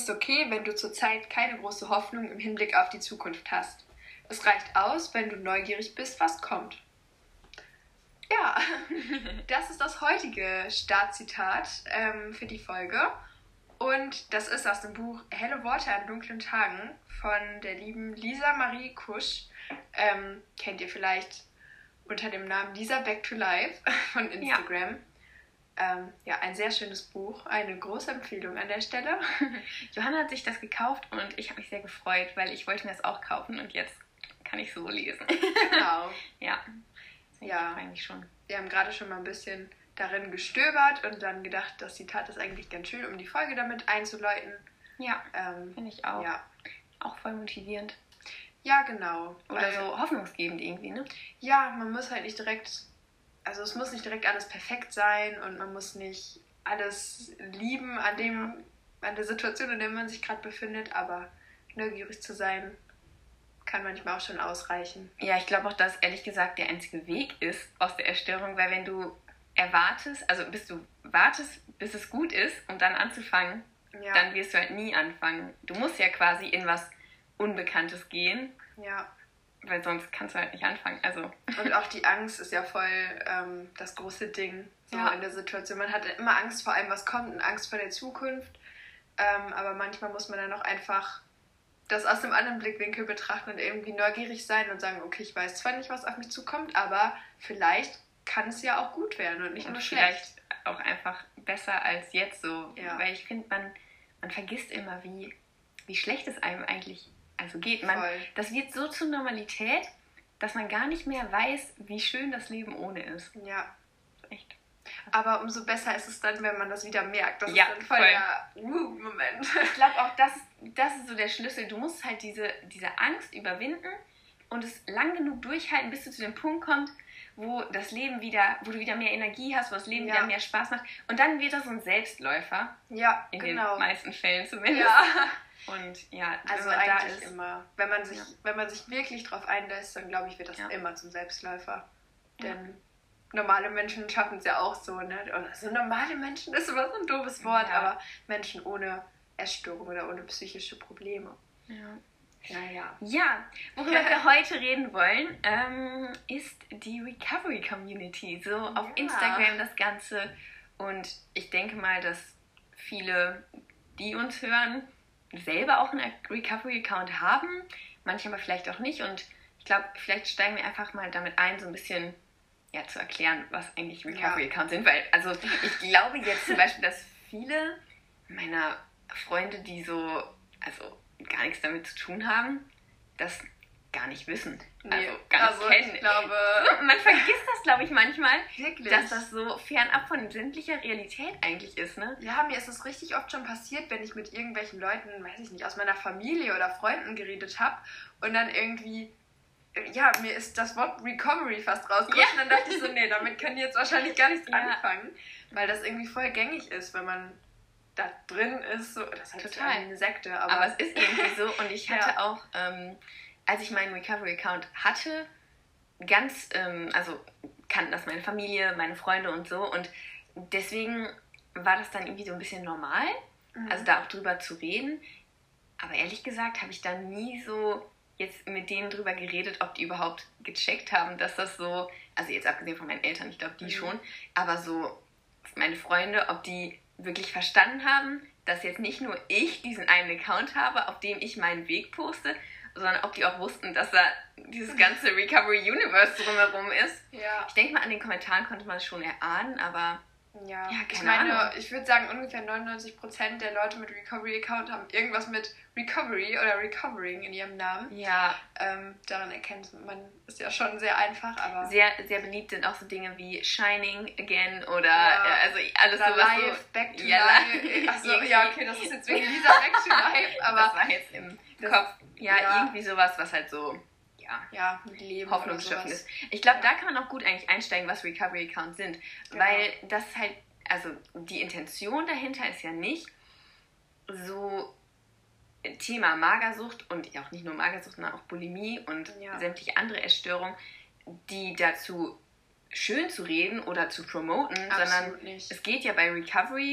ist okay, wenn du zurzeit keine große Hoffnung im Hinblick auf die Zukunft hast. Es reicht aus, wenn du neugierig bist, was kommt. Ja, das ist das heutige Startzitat für die Folge. Und das ist aus dem Buch Helle Worte an dunklen Tagen von der lieben Lisa Marie Kusch. Kennt ihr vielleicht unter dem Namen Lisa Back to Life von Instagram. Ja, ein sehr schönes Buch. Eine große Empfehlung an der Stelle. Johanna hat sich das gekauft und ich habe mich sehr gefreut, weil ich wollte mir das auch kaufen und jetzt kann ich so lesen. Genau. Ja. Ja. Eigentlich schon. Wir haben gerade schon mal ein bisschen darin gestöbert und dann gedacht, das Zitat ist eigentlich ganz schön, um die Folge damit einzuläuten. Ja, finde ich auch. Ja. Auch voll motivierend. Ja, genau. Oder so hoffnungsgebend irgendwie, ne? Ja, man muss halt nicht direkt, also es muss nicht direkt alles perfekt sein und man muss nicht alles lieben an der Situation, in der man sich gerade befindet, aber neugierig zu sein kann manchmal auch schon ausreichen. Ja, ich glaube auch, dass ehrlich gesagt der einzige Weg ist aus der Erstörung, weil wenn du erwartest, also bis du wartest, bis es gut ist, um dann anzufangen, dann wirst du halt nie anfangen. Du musst ja quasi in was Unbekanntes gehen, weil sonst kannst du halt nicht anfangen. Also. Und auch die Angst ist ja voll das große Ding so in der Situation. Man hat immer Angst vor allem, was kommt und Angst vor der Zukunft, aber manchmal muss man dann auch einfach das aus einem anderen Blickwinkel betrachten und irgendwie neugierig sein und sagen, okay, ich weiß zwar nicht, was auf mich zukommt, aber vielleicht kann es ja auch gut werden und nicht nur schlecht. Vielleicht auch einfach besser als jetzt so, weil ich finde, man vergisst immer, wie schlecht es einem eigentlich geht. Das wird so zur Normalität, dass man gar nicht mehr weiß, wie schön das Leben ohne ist. Ja. Echt. Aber umso besser ist es dann, wenn man das wieder merkt. Das ist dann voll der Moment. Ich glaube auch, das ist so der Schlüssel. Du musst halt diese Angst überwinden und es lang genug durchhalten, bis du zu dem Punkt kommst, wo du wieder mehr Energie hast, wo das Leben wieder mehr Spaß macht. Und dann wird das so ein Selbstläufer. Ja, in den meisten Fällen zumindest. Ja. Und ja, also wenn man eigentlich da ist, immer. Wenn man sich wirklich drauf einlässt, dann glaube ich, wird das immer zum Selbstläufer. Denn normale Menschen schaffen es ja auch so, ne? Also normale Menschen ist immer so ein doofes Wort, aber Menschen ohne Essstörung oder ohne psychische Probleme. Ja. Naja. Ja, worüber wir heute reden wollen, ist die Recovery Community. So auf Instagram das Ganze. Und ich denke mal, dass viele, die uns hören, selber auch einen Recovery-Account haben. Manche aber vielleicht auch nicht. Und ich glaube, vielleicht steigen wir einfach mal damit ein, so ein bisschen zu erklären, was eigentlich Recovery-Accounts sind. Weil, also ich glaube jetzt zum Beispiel, dass viele meiner Freunde, die gar nichts damit zu tun haben, das gar nicht wissen. Gar nicht kennen. Ich glaube, man vergisst das, glaube ich, manchmal, wirklich, dass das so fernab von sämtlicher Realität eigentlich ist, ne? Ja, mir ist es richtig oft schon passiert, wenn ich mit irgendwelchen Leuten, weiß ich nicht, aus meiner Familie oder Freunden geredet habe und dann irgendwie, mir ist das Wort Recovery fast rausgerutscht und dann dachte ich so, nee, damit können die jetzt wahrscheinlich gar nichts anfangen, weil das irgendwie voll gängig ist, wenn man da drin ist, so, das ist halt total eine Sekte. Aber es ist irgendwie so und ich hatte auch, als ich meinen Recovery-Account hatte, kannten das meine Familie, meine Freunde und so und deswegen war das dann irgendwie so ein bisschen normal, also da auch drüber zu reden, aber ehrlich gesagt habe ich dann nie so jetzt mit denen drüber geredet, ob die überhaupt gecheckt haben, dass das so, also jetzt abgesehen von meinen Eltern, ich glaube die schon, aber so meine Freunde, ob die wirklich verstanden haben, dass jetzt nicht nur ich diesen einen Account habe, auf dem ich meinen Weg poste, sondern ob die auch wussten, dass da dieses ganze Recovery Universe drumherum ist. Ja. Ich denke mal, an den Kommentaren konnte man es schon erahnen, aber keine Ahnung. Ich würde sagen, ungefähr 99% der Leute mit Recovery-Account haben irgendwas mit Recovery oder Recovering in ihrem Namen. Ja. Daran erkennt man, ist ja schon sehr einfach, aber... Sehr, sehr beliebt sind auch so Dinge wie Shining Again oder alles oder sowas. Life, Back to Life. Achso, ja, okay, das ist jetzt wegen Lisa Back to Life, aber... Das war jetzt im Kopf. Ja, irgendwie sowas, was halt so... mit Leben hoffnungsstiftend ist. Ich glaube, da kann man auch gut eigentlich einsteigen, was Recovery-Accounts sind. Genau. Weil das halt, also die Intention dahinter ist ja nicht so Thema Magersucht und auch nicht nur Magersucht, sondern auch Bulimie und sämtliche andere Essstörungen, die dazu schön zu reden oder zu promoten, sondern es geht ja bei Recovery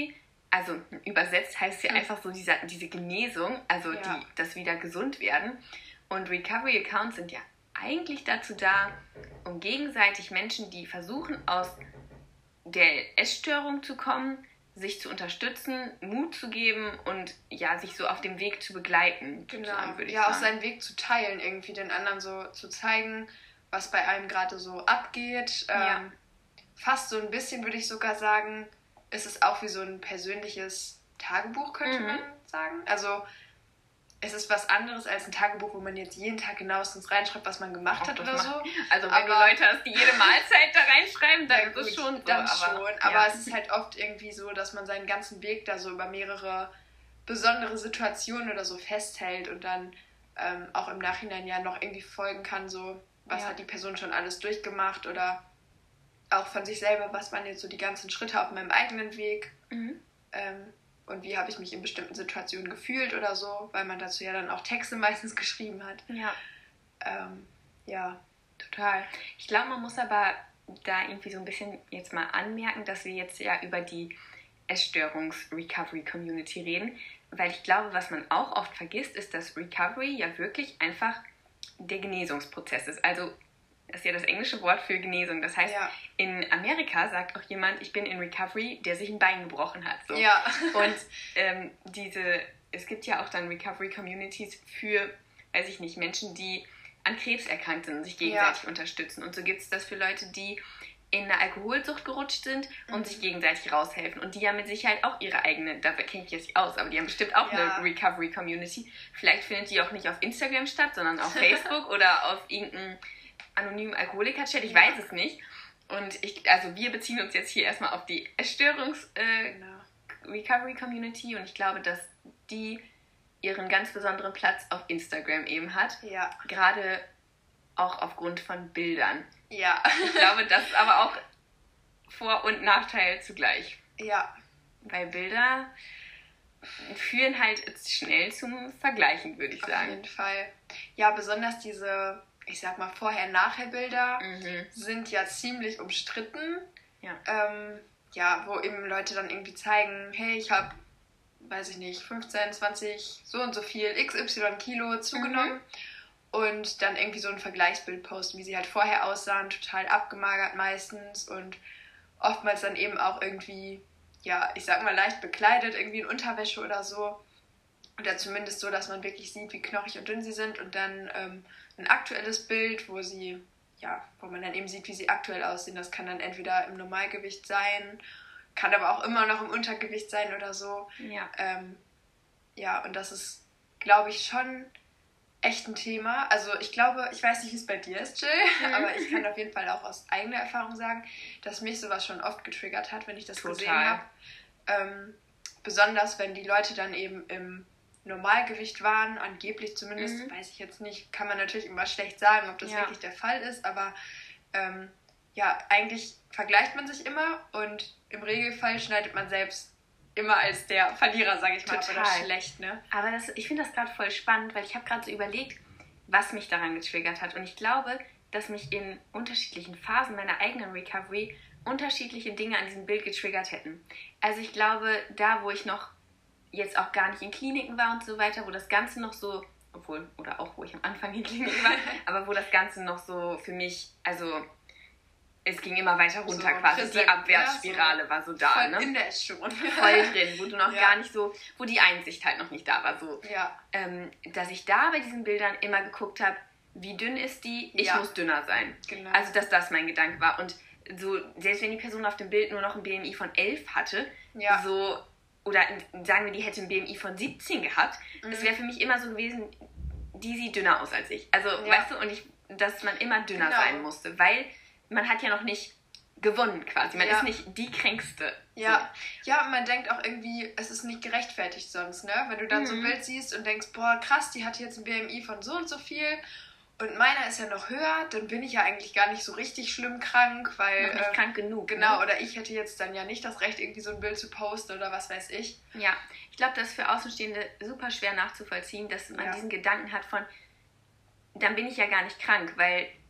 also übersetzt heißt ja einfach so diese Genesung, also das wieder gesund werden. Und Recovery-Accounts sind ja eigentlich dazu da, um gegenseitig Menschen, die versuchen, aus der Essstörung zu kommen, sich zu unterstützen, Mut zu geben und ja, sich so auf dem Weg zu begleiten. Genau. Würde ich ja, sagen. Auch seinen Weg zu teilen, irgendwie den anderen so zu zeigen, was bei einem gerade so abgeht. Fast so ein bisschen, würde ich sogar sagen, ist es auch wie so ein persönliches Tagebuch, könnte man sagen. Also es ist was anderes als ein Tagebuch, wo man jetzt jeden Tag genauestens reinschreibt, was man gemacht hat oder so. Also wenn du Leute hast, die jede Mahlzeit da reinschreiben, dann ist es schon so. Dann schon, aber es ist halt oft irgendwie so, dass man seinen ganzen Weg da so über mehrere besondere Situationen oder so festhält und dann auch im Nachhinein ja noch irgendwie folgen kann, so was hat die Person schon alles durchgemacht oder auch von sich selber, was waren jetzt so die ganzen Schritte auf meinem eigenen Weg. Und wie habe ich mich in bestimmten Situationen gefühlt oder so, weil man dazu ja dann auch Texte meistens geschrieben hat. Ja, total. Ich glaube, man muss aber da irgendwie so ein bisschen jetzt mal anmerken, dass wir jetzt ja über die Essstörungs-Recovery-Community reden, weil ich glaube, was man auch oft vergisst, ist, dass Recovery ja wirklich einfach der Genesungsprozess ist. Also das ist ja das englische Wort für Genesung. Das heißt, in Amerika sagt auch jemand, ich bin in Recovery, der sich ein Bein gebrochen hat. So. Ja. Und es gibt ja auch dann Recovery-Communities für, weiß ich nicht, Menschen, die an Krebs erkrankt sind und sich gegenseitig unterstützen. Und so gibt es das für Leute, die in eine Alkoholsucht gerutscht sind und sich gegenseitig raushelfen. Und die haben mit Sicherheit auch ihre eigene, da kenne ich jetzt nicht aus, aber die haben bestimmt auch eine Recovery-Community. Vielleicht findet die auch nicht auf Instagram statt, sondern auf Facebook oder auf irgendeinem anonymen Alkoholiker-Chat, ich weiß es nicht. Und wir beziehen uns jetzt hier erstmal auf die Essstörungs-Recovery-Community und ich glaube, dass die ihren ganz besonderen Platz auf Instagram eben hat. Ja. Gerade auch aufgrund von Bildern. Ja. Ich glaube, das ist aber auch Vor- und Nachteil zugleich. Ja. Weil Bilder führen halt schnell zum Vergleichen, würde ich sagen. Auf jeden Fall. Ja, besonders diese, ich sag mal, Vorher-Nachher-Bilder sind ja ziemlich umstritten. Ja. Wo eben Leute dann irgendwie zeigen, hey, ich habe, weiß ich nicht, 15, 20, so und so viel XY Kilo zugenommen. Und dann irgendwie so ein Vergleichsbild posten, wie sie halt vorher aussahen, total abgemagert meistens und oftmals dann eben auch irgendwie, ja, ich sag mal leicht bekleidet, irgendwie in Unterwäsche oder so. Oder zumindest so, dass man wirklich sieht, wie knochig und dünn sie sind und dann ein aktuelles Bild, wo man dann eben sieht, wie sie aktuell aussehen. Das kann dann entweder im Normalgewicht sein, kann aber auch immer noch im Untergewicht sein oder so. Und das ist, glaube ich, schon echt ein Thema. Also ich glaube, ich weiß nicht, wie es bei dir ist, Jill, aber ich kann auf jeden Fall auch aus eigener Erfahrung sagen, dass mich sowas schon oft getriggert hat, wenn ich das gesehen habe. Besonders, wenn die Leute dann eben im Normalgewicht waren, angeblich zumindest, weiß ich jetzt nicht, kann man natürlich immer schlecht sagen, ob das wirklich der Fall ist, aber eigentlich vergleicht man sich immer und im Regelfall schneidet man selbst immer als der Verlierer, sage ich mal, oder schlecht, ne? Aber ich finde das gerade voll spannend, weil ich habe gerade so überlegt, was mich daran getriggert hat und ich glaube, dass mich in unterschiedlichen Phasen meiner eigenen Recovery unterschiedliche Dinge an diesem Bild getriggert hätten. Also ich glaube, da, wo ich noch jetzt auch gar nicht in Kliniken war und so weiter, wo das Ganze noch so, wo ich am Anfang in Kliniken war, aber wo das Ganze noch so für mich, also es ging immer weiter runter so quasi, präsent, die Abwärtsspirale war so da, voll ne? In der Essstörung. Voll drin, wo du noch gar nicht so, wo die Einsicht halt noch nicht da war, so. Dass ich da bei diesen Bildern immer geguckt habe, wie dünn ist die, ich muss dünner sein. Genau. Also, dass das mein Gedanke war und so, selbst wenn die Person auf dem Bild nur noch ein BMI von 11 hatte, so, oder sagen wir, die hätte ein BMI von 17 gehabt, das wäre für mich immer so gewesen, die sieht dünner aus als ich. Also, weißt du, und dass man immer dünner sein musste, weil man hat ja noch nicht gewonnen quasi. Man ist nicht die Kränkste. Ja. Ja, und man denkt auch irgendwie, es ist nicht gerechtfertigt sonst, ne? Wenn du dann so ein Bild siehst und denkst, boah, krass, die hat jetzt ein BMI von so und so viel und meiner ist ja noch höher, dann bin ich ja eigentlich gar nicht so richtig schlimm krank, weil... Noch nicht krank genug. Genau, oder ich hätte jetzt dann ja nicht das Recht, irgendwie so ein Bild zu posten oder was weiß ich. Ja, ich glaube, das ist für Außenstehende super schwer nachzuvollziehen, dass man diesen Gedanken hat von, dann bin ich ja gar nicht krank, weil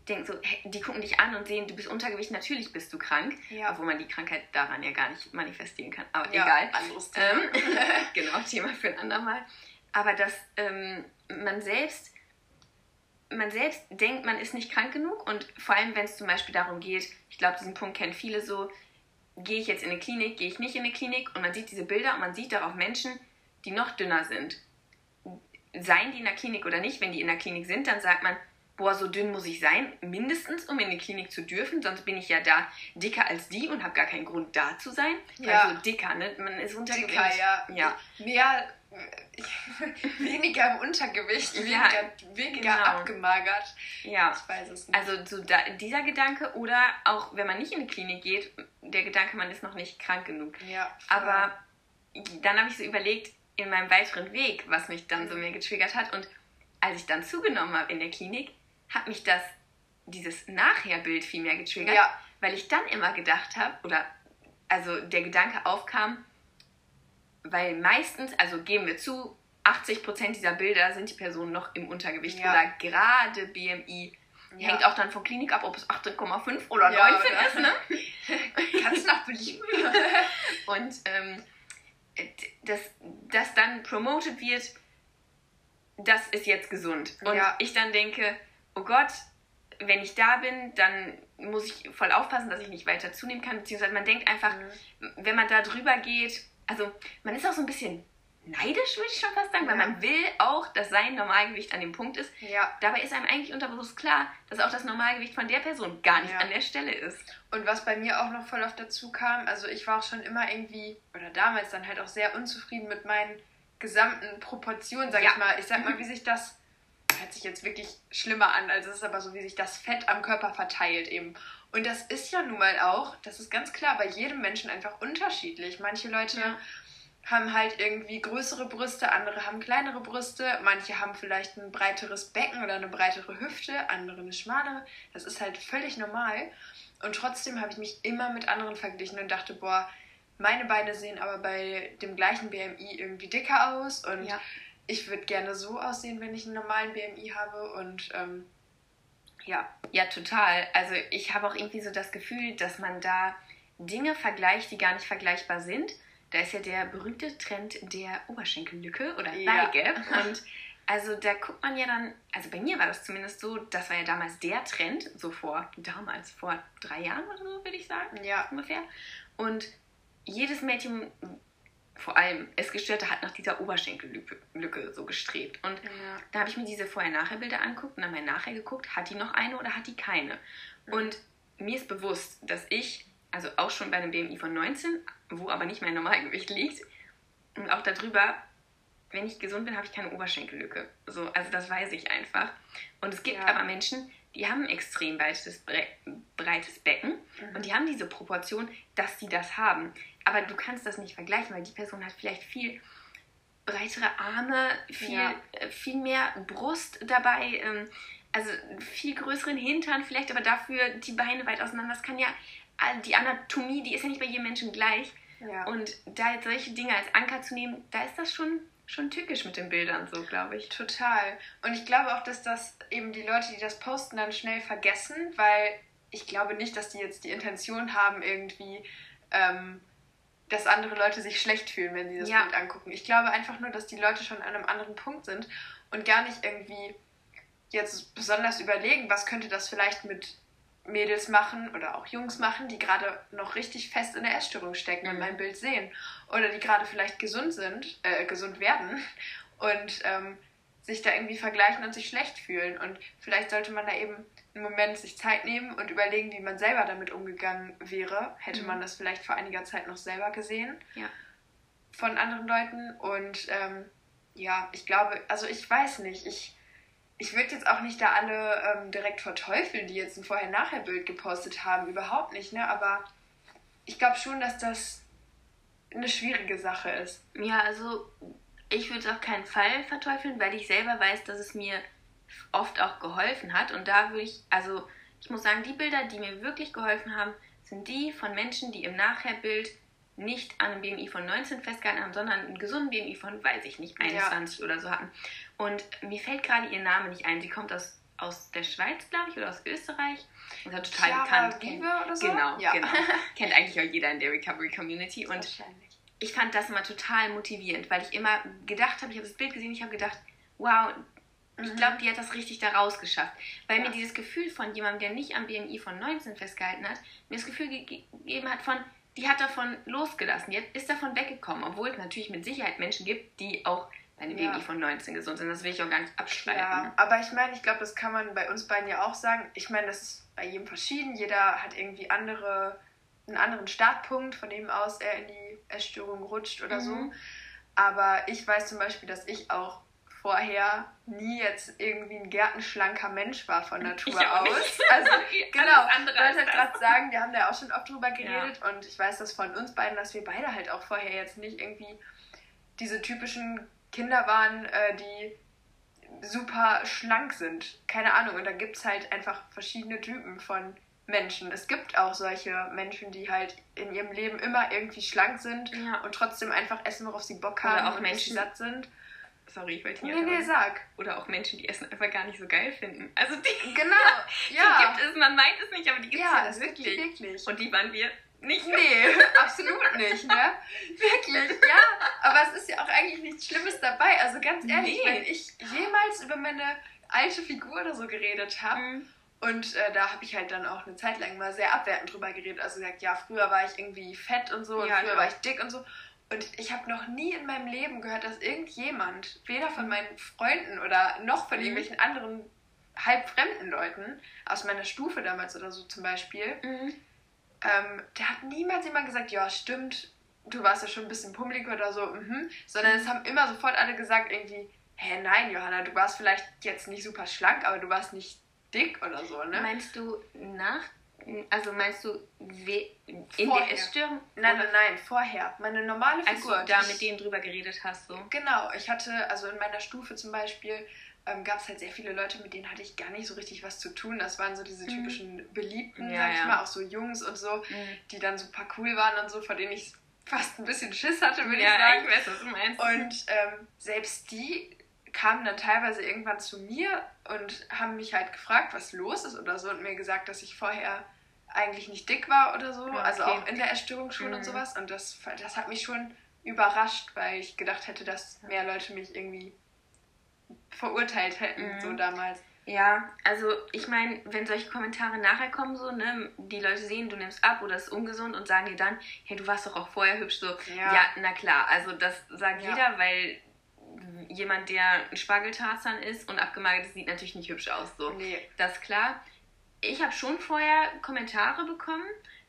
denken so, hey, die gucken dich an und sehen, du bist Untergewicht, natürlich bist du krank. Ja. Obwohl man die Krankheit daran ja gar nicht manifestieren kann. Aber ja, egal. Anderes Thema. Genau, Thema für ein andermal. Aber dass man selbst denkt, man ist nicht krank genug und vor allem, wenn es zum Beispiel darum geht, ich glaube, diesen Punkt kennen viele so, gehe ich jetzt in eine Klinik, gehe ich nicht in eine Klinik und man sieht diese Bilder und man sieht darauf Menschen, die noch dünner sind. Seien die in der Klinik oder nicht, wenn die in der Klinik sind, dann sagt man, boah, so dünn muss ich sein, mindestens, um in die Klinik zu dürfen, sonst bin ich ja da dicker als die und habe gar keinen Grund da zu sein. Ja. Also dicker, ne? Man ist Untergewicht. Dicker, ja. Mehr, weniger im Untergewicht, weniger genau. Abgemagert. Ja. Ich weiß es nicht. Also so dieser Gedanke oder auch, wenn man nicht in die Klinik geht, der Gedanke, man ist noch nicht krank genug. Ja. Aber dann habe ich so überlegt, in meinem weiteren Weg, was mich dann so mehr getriggert hat und als ich dann zugenommen habe in der Klinik, hat mich dieses Nachherbild viel mehr getriggert, weil ich dann immer gedacht habe, also der Gedanke aufkam, weil meistens, also geben wir zu, 80% dieser Bilder sind die Personen noch im Untergewicht oder gerade BMI. Hängt auch dann von Klinik ab, ob es 18,5 oder 19 ist, ne? Kannst nach Belieben. Und dass dann promoted wird, das ist jetzt gesund. Und ich dann denke, oh Gott, wenn ich da bin, dann muss ich voll aufpassen, dass ich nicht weiter zunehmen kann. Beziehungsweise man denkt einfach, wenn man da drüber geht, also man ist auch so ein bisschen neidisch, würde ich schon fast sagen, weil man will auch, dass sein Normalgewicht an dem Punkt ist. Ja. Dabei ist einem eigentlich unterbewusst klar, dass auch das Normalgewicht von der Person gar nicht an der Stelle ist. Und was bei mir auch noch voll oft dazu kam, also ich war auch schon immer irgendwie, oder damals dann halt auch sehr unzufrieden mit meinen gesamten Proportionen, sag ich mal. Ich sag mal, wie sich das, hört sich jetzt wirklich schlimmer an, also es ist aber so, wie sich das Fett am Körper verteilt eben. Und das ist ja nun mal auch, das ist ganz klar, bei jedem Menschen einfach unterschiedlich. Manche Leute haben halt irgendwie größere Brüste, andere haben kleinere Brüste, manche haben vielleicht ein breiteres Becken oder eine breitere Hüfte, andere eine schmalere. Das ist halt völlig normal. Und trotzdem habe ich mich immer mit anderen verglichen und dachte, boah, meine Beine sehen aber bei dem gleichen BMI irgendwie dicker aus und ich würde gerne so aussehen, wenn ich einen normalen BMI habe und Ja, total. Also ich habe auch irgendwie so das Gefühl, dass man da Dinge vergleicht, die gar nicht vergleichbar sind. Da ist ja der berühmte Trend der Oberschenkellücke oder Thigh Gap. Und also da guckt man ja dann, also bei mir war das zumindest so, das war ja damals der Trend, so vor 3 Jahren oder so, würde ich sagen, ungefähr. Und jedes Mädchen, vor allem Essgestörte, hat nach dieser Oberschenkellücke so gestrebt. Und da habe ich mir diese Vorher-Nachher-Bilder angeguckt und dann mal nachher geguckt, hat die noch eine oder hat die keine? Und mir ist bewusst, dass ich, also auch schon bei einem BMI von 19, wo aber nicht mein Normalgewicht liegt, und auch darüber, wenn ich gesund bin, habe ich keine Oberschenkellücke. So, also das weiß ich einfach. Und es gibt aber Menschen, die haben ein extrem breites Becken und die haben diese Proportion, dass sie das haben. Aber du kannst das nicht vergleichen, weil die Person hat vielleicht viel breitere Arme, viel mehr Brust dabei, also viel größeren Hintern vielleicht, aber dafür die Beine weit auseinander. Das kann ja, die Anatomie, die ist ja nicht bei jedem Menschen gleich. Ja. Und da jetzt solche Dinge als Anker zu nehmen, da ist das schon tückisch mit den Bildern so, glaube ich. Total. Und ich glaube auch, dass das eben die Leute, die das posten, dann schnell vergessen, weil ich glaube nicht, dass die jetzt die Intention haben, irgendwie, dass andere Leute sich schlecht fühlen, wenn sie das Bild angucken. Ich glaube einfach nur, dass die Leute schon an einem anderen Punkt sind und gar nicht irgendwie jetzt besonders überlegen, was könnte das vielleicht mit Mädels machen oder auch Jungs machen, die gerade noch richtig fest in der Essstörung stecken und mein Bild sehen. Oder die gerade vielleicht gesund werden und sich da irgendwie vergleichen und sich schlecht fühlen. Und vielleicht sollte man da eben einen Moment sich Zeit nehmen und überlegen, wie man selber damit umgegangen wäre. Hätte man das vielleicht vor einiger Zeit noch selber gesehen von anderen Leuten. Und ich glaube, also ich weiß nicht, ich würde jetzt auch nicht da alle direkt verteufeln, die jetzt ein Vorher-Nachher-Bild gepostet haben. Überhaupt nicht, ne? Aber ich glaube schon, dass das eine schwierige Sache ist. Ja, also ich würde es auf keinen Fall verteufeln, weil ich selber weiß, dass es mir oft auch geholfen hat. Und da würde ich muss sagen, die Bilder, die mir wirklich geholfen haben, sind die von Menschen, die im Nachherbild nicht an einem BMI von 19 festgehalten haben, sondern einen gesunden BMI von, weiß ich nicht, 21 oder so hatten. Und mir fällt gerade ihr Name nicht ein. Sie kommt aus aus der Schweiz, glaube ich, oder aus Österreich. Und hat total Chiara bekannt. Wiebe oder so? Genau, Ja. genau. Kennt eigentlich auch jeder in der Recovery-Community. Und Wahrscheinlich. ich fand das immer total motivierend, weil ich immer gedacht habe, ich habe das Bild gesehen, ich habe gedacht, wow, ich glaube, die hat das richtig da rausgeschafft. Weil mir dieses Gefühl von jemandem, der nicht am BMI von 19 festgehalten hat, mir das Gefühl gegeben hat von, die hat davon losgelassen, die ist davon weggekommen. Obwohl es natürlich mit Sicherheit Menschen gibt, die auch bei einem BMI von 19 gesund sind. Das will ich auch gar nicht abstreiten. Ja, aber ich meine, ich glaube, das kann man bei uns beiden ja auch sagen. Ich meine, das ist bei jedem verschieden. Jeder hat irgendwie einen anderen Startpunkt, von dem aus er in die Essstörung rutscht oder so. Aber ich weiß zum Beispiel, dass ich auch vorher nie jetzt irgendwie ein gärtenschlanker Mensch war von Natur aus. Nicht. Also genau, ich andere wollte halt gerade sagen, wir haben da auch schon oft drüber geredet und ich weiß das von uns beiden, dass wir beide halt auch vorher jetzt nicht irgendwie diese typischen Kinder waren, die super schlank sind. Keine Ahnung. Und da gibt es halt einfach verschiedene Typen von Menschen. Es gibt auch solche Menschen, die halt in ihrem Leben immer irgendwie schlank sind und trotzdem einfach essen, worauf sie Bock haben auch und Menschen, die satt sind. Sorry, ich wollte Nee, sag. Oder auch Menschen, die Essen einfach gar nicht so geil finden. Also die, Genau, die gibt es, man meint es nicht, aber die gibt es ja das wirklich. Und die waren wir nicht. Nee, absolut nicht, ne? Wirklich, ja. Aber es ist ja auch eigentlich nichts Schlimmes dabei. Also ganz ehrlich, wenn ich jemals über meine alte Figur oder so geredet habe, und da habe ich halt dann auch eine Zeit lang mal sehr abwertend drüber geredet. Also gesagt, ja, früher war ich irgendwie fett und so und früher war ich dick und so. Und ich habe noch nie in meinem Leben gehört, dass irgendjemand, weder von meinen Freunden oder noch von irgendwelchen anderen halb fremden Leuten, aus meiner Stufe damals oder so zum Beispiel, da hat niemals jemand gesagt, ja, stimmt, du warst ja schon ein bisschen pummelig oder so, sondern es haben immer sofort alle gesagt irgendwie, hä, nein, Johanna, du warst vielleicht jetzt nicht super schlank, aber du warst nicht dick oder so, ne? Meinst du in vorher. der Essstörung? Nein, vorher. Meine normale Figur. Als du da mit denen drüber geredet hast, so? Genau, ich hatte, also in meiner Stufe zum Beispiel, gab es halt sehr viele Leute, mit denen hatte ich gar nicht so richtig was zu tun. Das waren so diese typischen Beliebten, sag ich mal, auch so Jungs und so, die dann super cool waren und so, vor denen ich fast ein bisschen Schiss hatte, würde ich sagen. Ja, ich weiß, was du meinst. Und selbst die kamen dann teilweise irgendwann zu mir und haben mich halt gefragt, was los ist oder so und mir gesagt, dass ich vorher eigentlich nicht dick war oder so, also auch in der Essstörung schon und sowas. Und das hat mich schon überrascht, weil ich gedacht hätte, dass mehr Leute mich irgendwie verurteilt hätten, so damals. Ja, also ich meine, wenn solche Kommentare nachher kommen, so, ne, die Leute sehen, du nimmst ab oder ist ungesund und sagen dir dann, hey, du warst doch auch vorher hübsch, so, ja na klar, also das sagt jeder, weil jemand, der ein Spargeltarzan ist und abgemagert ist, sieht natürlich nicht hübsch aus, so. Nee. Das ist klar. Ich habe schon vorher Kommentare bekommen,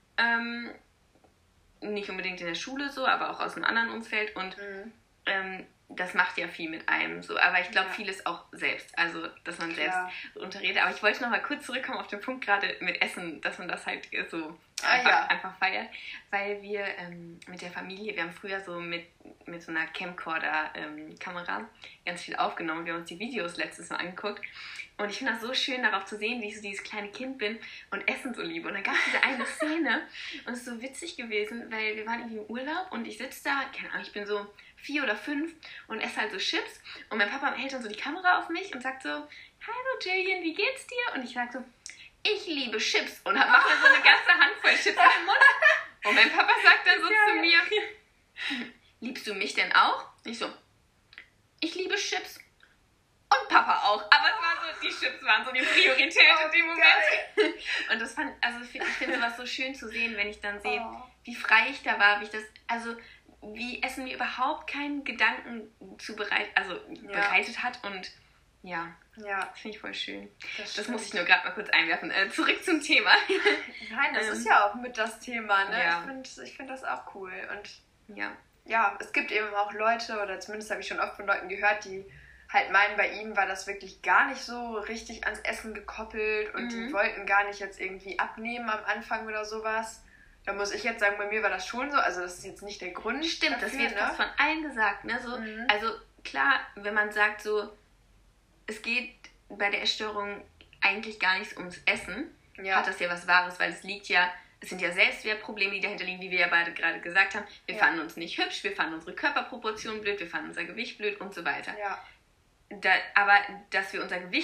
nicht unbedingt in der Schule so, aber auch aus einem anderen Umfeld und das macht ja viel mit einem so, aber ich glaube vieles auch selbst, also dass man selbst unterredet. Aber ich wollte noch mal kurz zurückkommen auf den Punkt gerade mit Essen, dass man das halt so einfach feiert, weil wir mit der Familie, wir haben früher so mit so einer Camcorder-Kamera ganz viel aufgenommen, wir haben uns die Videos letztes Mal angeguckt und ich finde das so schön, darauf zu sehen, wie ich so dieses kleine Kind bin und Essen so liebe. Und dann gab es diese eine Szene und es ist so witzig gewesen, weil wir waren irgendwie im Urlaub und ich sitze da, keine Ahnung, ich bin so 4 oder 5 und esse halt so Chips und mein Papa hält dann so die Kamera auf mich und sagt so, hallo Jillian, wie geht's dir? Und ich sag so, ich liebe Chips und mache mir so eine ganze Handvoll Chips in den Mund. Und mein Papa sagt dann so zu mir, liebst du mich denn auch? Ich so, ich liebe Chips. Und Papa auch. Aber es war so, die Chips waren so die Priorität in dem Moment. Geil. Und das ich finde sowas so schön zu sehen, wenn ich dann sehe, wie frei ich da war, wie ich das, also wie Essen mir überhaupt keinen Gedanken bereitet hat und das finde ich voll schön. Das muss ich nur gerade mal kurz einwerfen. Zurück zum Thema. Nein, das ist ja auch mit das Thema, ne? Ja. Ich find das auch cool. Und ja, es gibt eben auch Leute, oder zumindest habe ich schon oft von Leuten gehört, die halt meinen, bei ihm war das wirklich gar nicht so richtig ans Essen gekoppelt und die wollten gar nicht jetzt irgendwie abnehmen am Anfang oder sowas. Da muss ich jetzt sagen, bei mir war das schon so, also das ist jetzt nicht der Grund. Stimmt, dafür, das wird fast von allen gesagt, ne? So, also klar, wenn man sagt so, es geht bei der Essstörung eigentlich gar nicht ums Essen, hat das ja was Wahres, weil es sind ja Selbstwertprobleme, die dahinter liegen, wie wir ja beide gerade gesagt haben. Wir fanden uns nicht hübsch, wir fanden unsere Körperproportionen blöd, wir fanden unser Gewicht blöd und so weiter. Ja. Aber dass wir unser Gewicht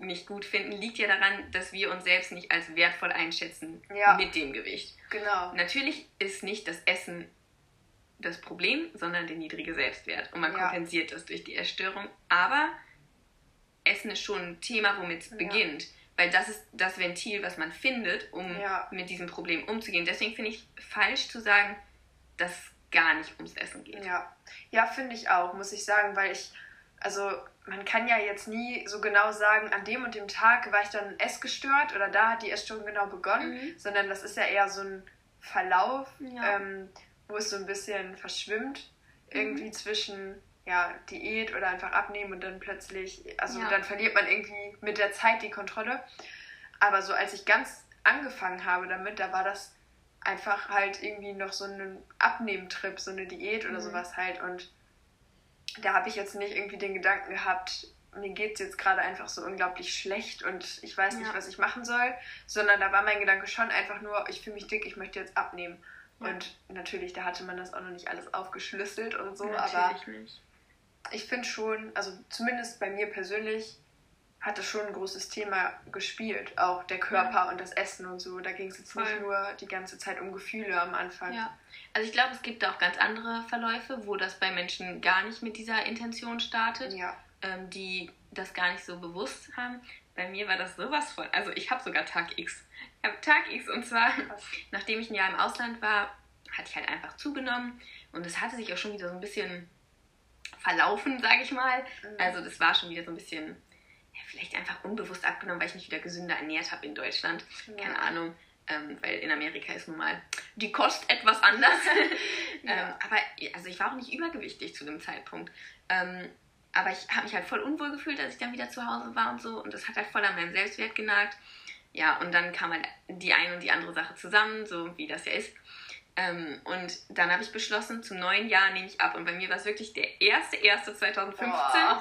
nicht gut finden, liegt ja daran, dass wir uns selbst nicht als wertvoll einschätzen mit dem Gewicht. Genau. Natürlich ist nicht das Essen das Problem, sondern der niedrige Selbstwert. Und man kompensiert das durch die Essstörung. Aber Essen ist schon ein Thema, womit es beginnt. Weil das ist das Ventil, was man findet, um mit diesem Problem umzugehen. Deswegen finde ich falsch zu sagen, dass es gar nicht ums Essen geht. Ja, finde ich auch, muss ich sagen, weil man kann ja jetzt nie so genau sagen, an dem und dem Tag war ich dann essgestört oder da hat die Essstörung genau begonnen, sondern das ist ja eher so ein Verlauf, wo es so ein bisschen verschwimmt, irgendwie zwischen Diät oder einfach abnehmen und dann plötzlich, dann verliert man irgendwie mit der Zeit die Kontrolle. Aber so als ich ganz angefangen habe damit, da war das einfach halt irgendwie noch so ein Abnehmtrip, so eine Diät oder sowas halt. Und da habe ich jetzt nicht irgendwie den Gedanken gehabt, mir geht es jetzt gerade einfach so unglaublich schlecht und ich weiß nicht, was ich machen soll, sondern da war mein Gedanke schon einfach nur, ich fühle mich dick, ich möchte jetzt abnehmen. Und natürlich, da hatte man das auch noch nicht alles aufgeschlüsselt und so, aber nicht. Ich finde schon, also zumindest bei mir persönlich, hat das schon ein großes Thema gespielt, auch der Körper und das Essen und so. Da ging es jetzt nicht nur die ganze Zeit um Gefühle am Anfang. Ja, also ich glaube, es gibt da auch ganz andere Verläufe, wo das bei Menschen gar nicht mit dieser Intention startet, die das gar nicht so bewusst haben. Bei mir war das sowas von, also ich habe sogar Tag X. Ich habe Tag X und zwar, nachdem ich ein Jahr im Ausland war, hatte ich halt einfach zugenommen und es hatte sich auch schon wieder so ein bisschen verlaufen, sage ich mal. Also das war schon wieder so ein bisschen, vielleicht einfach unbewusst abgenommen, weil ich mich wieder gesünder ernährt habe in Deutschland. Keine Ahnung, weil in Amerika ist nun mal die Kost etwas anders. Aber also ich war auch nicht übergewichtig zu dem Zeitpunkt. Aber ich habe mich halt voll unwohl gefühlt, als ich dann wieder zu Hause war und so. Und das hat halt voll an meinem Selbstwert genagt. Ja, und dann kam halt die eine und die andere Sache zusammen, so wie das ja ist. Und dann habe ich beschlossen, zum neuen Jahr nehme ich ab. Und bei mir war es wirklich der 1.1.2015,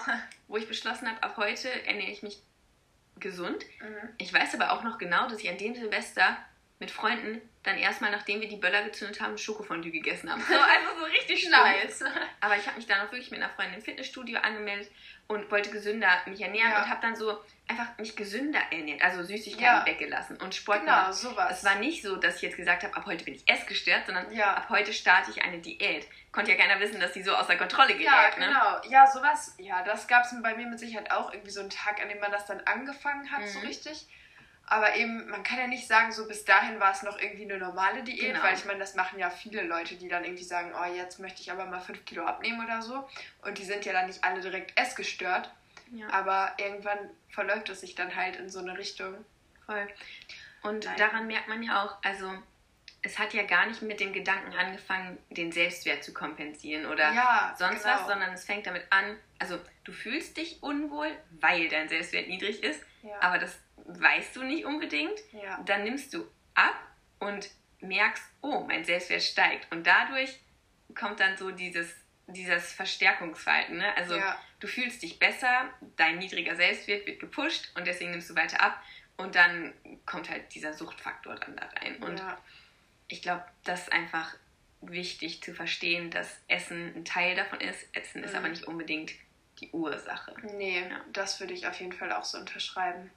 wo ich beschlossen habe, ab heute ernähre ich mich gesund. Ich weiß aber auch noch genau, dass ich an dem Silvester mit Freunden dann erstmal, nachdem wir die Böller gezündet haben, Schokofondue gegessen haben. So, also so richtig nice. Aber ich habe mich dann auch wirklich mit einer Freundin im Fitnessstudio angemeldet und wollte gesünder mich ernähren und habe dann so einfach mich gesünder ernährt, also Süßigkeiten weggelassen und Sport gemacht. Sowas. Es war nicht so, dass ich jetzt gesagt habe, ab heute bin ich essgestört, sondern ab heute starte ich eine Diät. Konnte ja keiner wissen, dass die so außer Kontrolle gerät. Ja, genau. Ne? Ja, sowas, das gab es bei mir mit Sicherheit auch irgendwie so einen Tag, an dem man das dann angefangen hat, so richtig. Aber eben, man kann ja nicht sagen, so bis dahin war es noch irgendwie eine normale Diät, weil ich meine, das machen ja viele Leute, die dann irgendwie sagen, oh, jetzt möchte ich aber mal 5 Kilo abnehmen oder so. Und die sind ja dann nicht alle direkt essgestört. Ja. Aber irgendwann verläuft es sich dann halt in so eine Richtung. Voll. Und daran merkt man ja auch, also es hat ja gar nicht mit dem Gedanken angefangen, den Selbstwert zu kompensieren oder sonst was, sondern es fängt damit an, also du fühlst dich unwohl, weil dein Selbstwert niedrig ist, aber das weißt du nicht unbedingt. Dann nimmst du ab und merkst, oh, mein Selbstwert steigt. Und dadurch kommt dann so dieses Verstärkungsverhalten. Ne? Also du fühlst dich besser, dein niedriger Selbstwert wird gepusht und deswegen nimmst du weiter ab. Und dann kommt halt dieser Suchtfaktor dann da rein. Und ich glaube, das ist einfach wichtig zu verstehen, dass Essen ein Teil davon ist. Essen ist aber nicht unbedingt die Ursache. Nee, das würde ich auf jeden Fall auch so unterschreiben.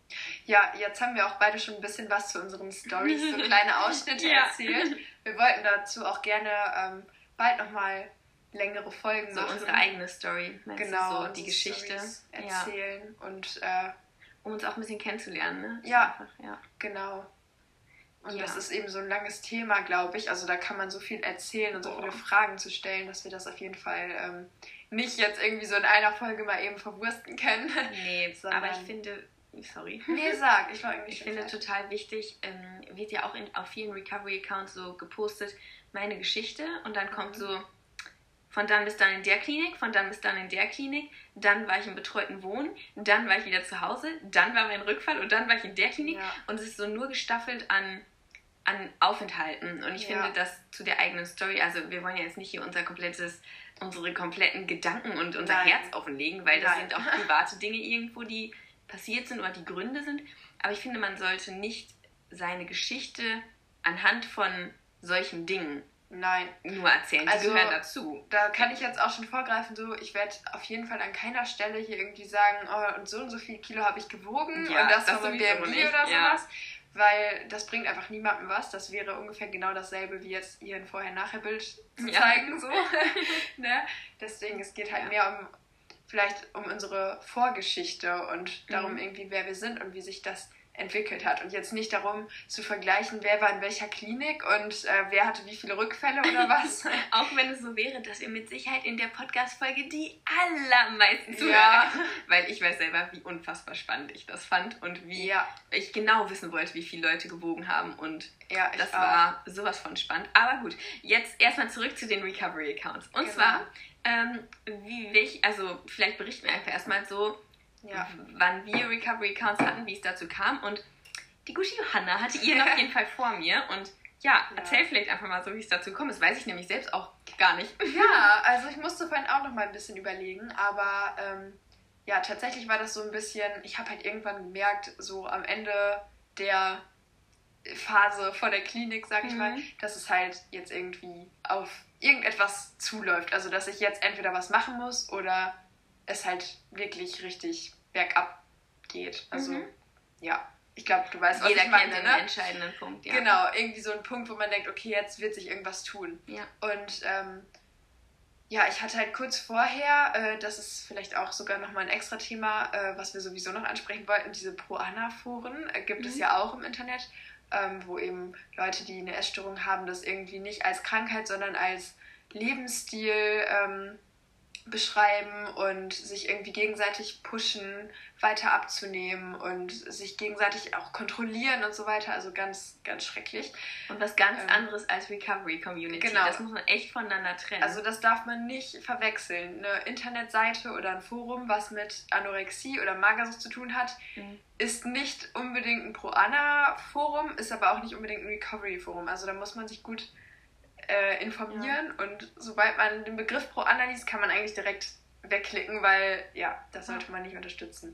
Ja, jetzt haben wir auch beide schon ein bisschen was zu unseren Storys, so kleine Ausschnitte erzählt. Wir wollten dazu auch gerne bald nochmal längere Folgen machen. So unsere eigene Story, genau, so die Geschichte erzählen und um uns auch ein bisschen kennenzulernen, ne? Genau. Und das ist eben so ein langes Thema, glaube ich. Also da kann man so viel erzählen und so viele Fragen zu stellen, dass wir das auf jeden Fall nicht jetzt irgendwie so in einer Folge mal eben verwursten können. Nee, aber ich finde... Sorry. Nee, sag. Ich finde total wichtig, wird ja auch auf vielen Recovery-Accounts so gepostet, meine Geschichte und dann kommt so von dann bis dann in der Klinik, von dann bis dann in der Klinik, dann war ich im betreuten Wohnen, dann war ich wieder zu Hause, dann war mein Rückfall und dann war ich in der Klinik und es ist so nur gestaffelt an Aufenthalten und ich finde das zu der eigenen Story, also wir wollen ja jetzt nicht hier unsere kompletten Gedanken und unser Herz offenlegen, weil das sind auch private Dinge irgendwo, die passiert sind oder die Gründe sind, aber ich finde, man sollte nicht seine Geschichte anhand von solchen Dingen Nein. nur erzählen, die gehören dazu. Da kann ich jetzt auch schon vorgreifen, so, ich werde auf jeden Fall an keiner Stelle hier irgendwie sagen, oh, und so viel Kilo habe ich gewogen und das war mein BMI oder sowas. Weil das bringt einfach niemandem was. Das wäre ungefähr genau dasselbe, wie jetzt hier ein Vorher-Nachher-Bild zu zeigen. So. Ne? Deswegen, es geht halt mehr um unsere Vorgeschichte und darum irgendwie, wer wir sind und wie sich das entwickelt hat. Und jetzt nicht darum zu vergleichen, wer war in welcher Klinik und wer hatte wie viele Rückfälle oder was. Auch wenn es so wäre, dass ihr mit Sicherheit in der Podcast-Folge die allermeisten zuhören. Weil ich weiß selber, wie unfassbar spannend ich das fand und wie ich genau wissen wollte, wie viele Leute gewogen haben. Und das war sowas von spannend. Aber gut, jetzt erstmal zurück zu den Recovery-Accounts. Und zwar, also vielleicht berichten wir einfach erstmal so, wann wir Recovery-Accounts hatten, wie es dazu kam. Und die gute Johanna hatte ihren auf jeden Fall vor mir. Und erzähl vielleicht einfach mal so, wie es dazu kommt. Das weiß ich nämlich selbst auch gar nicht. Ja, also ich musste vorhin auch noch mal ein bisschen überlegen. Aber tatsächlich war das so ein bisschen, ich habe halt irgendwann gemerkt, so am Ende der Phase vor der Klinik, sag ich mal, dass es halt jetzt irgendwie auf irgendetwas zuläuft. Also dass ich jetzt entweder was machen muss oder es halt wirklich richtig bergab geht. Also, ich glaube, du weißt, was ich meine. Jeder kennt den entscheidenden Punkt, Genau, irgendwie so ein Punkt, wo man denkt, okay, jetzt wird sich irgendwas tun. Ja. Und, ich hatte halt kurz vorher, das ist vielleicht auch sogar nochmal ein extra Thema, was wir sowieso noch ansprechen wollten, diese Pro-Ana-Foren gibt es ja auch im Internet, wo eben Leute, die eine Essstörung haben, das irgendwie nicht als Krankheit, sondern als Lebensstil beschreiben und sich irgendwie gegenseitig pushen, weiter abzunehmen und sich gegenseitig auch kontrollieren und so weiter. Also ganz, ganz schrecklich. Und was ganz anderes als Recovery Community. Genau. Das muss man echt voneinander trennen. Also das darf man nicht verwechseln. Eine Internetseite oder ein Forum, was mit Anorexie oder Magersucht zu tun hat, ist nicht unbedingt ein Pro-Ana-Forum, ist aber auch nicht unbedingt ein Recovery-Forum. Also da muss man sich gut informieren und sobald man den Begriff Pro-Ana liest, kann man eigentlich direkt wegklicken, weil das sollte man nicht unterstützen.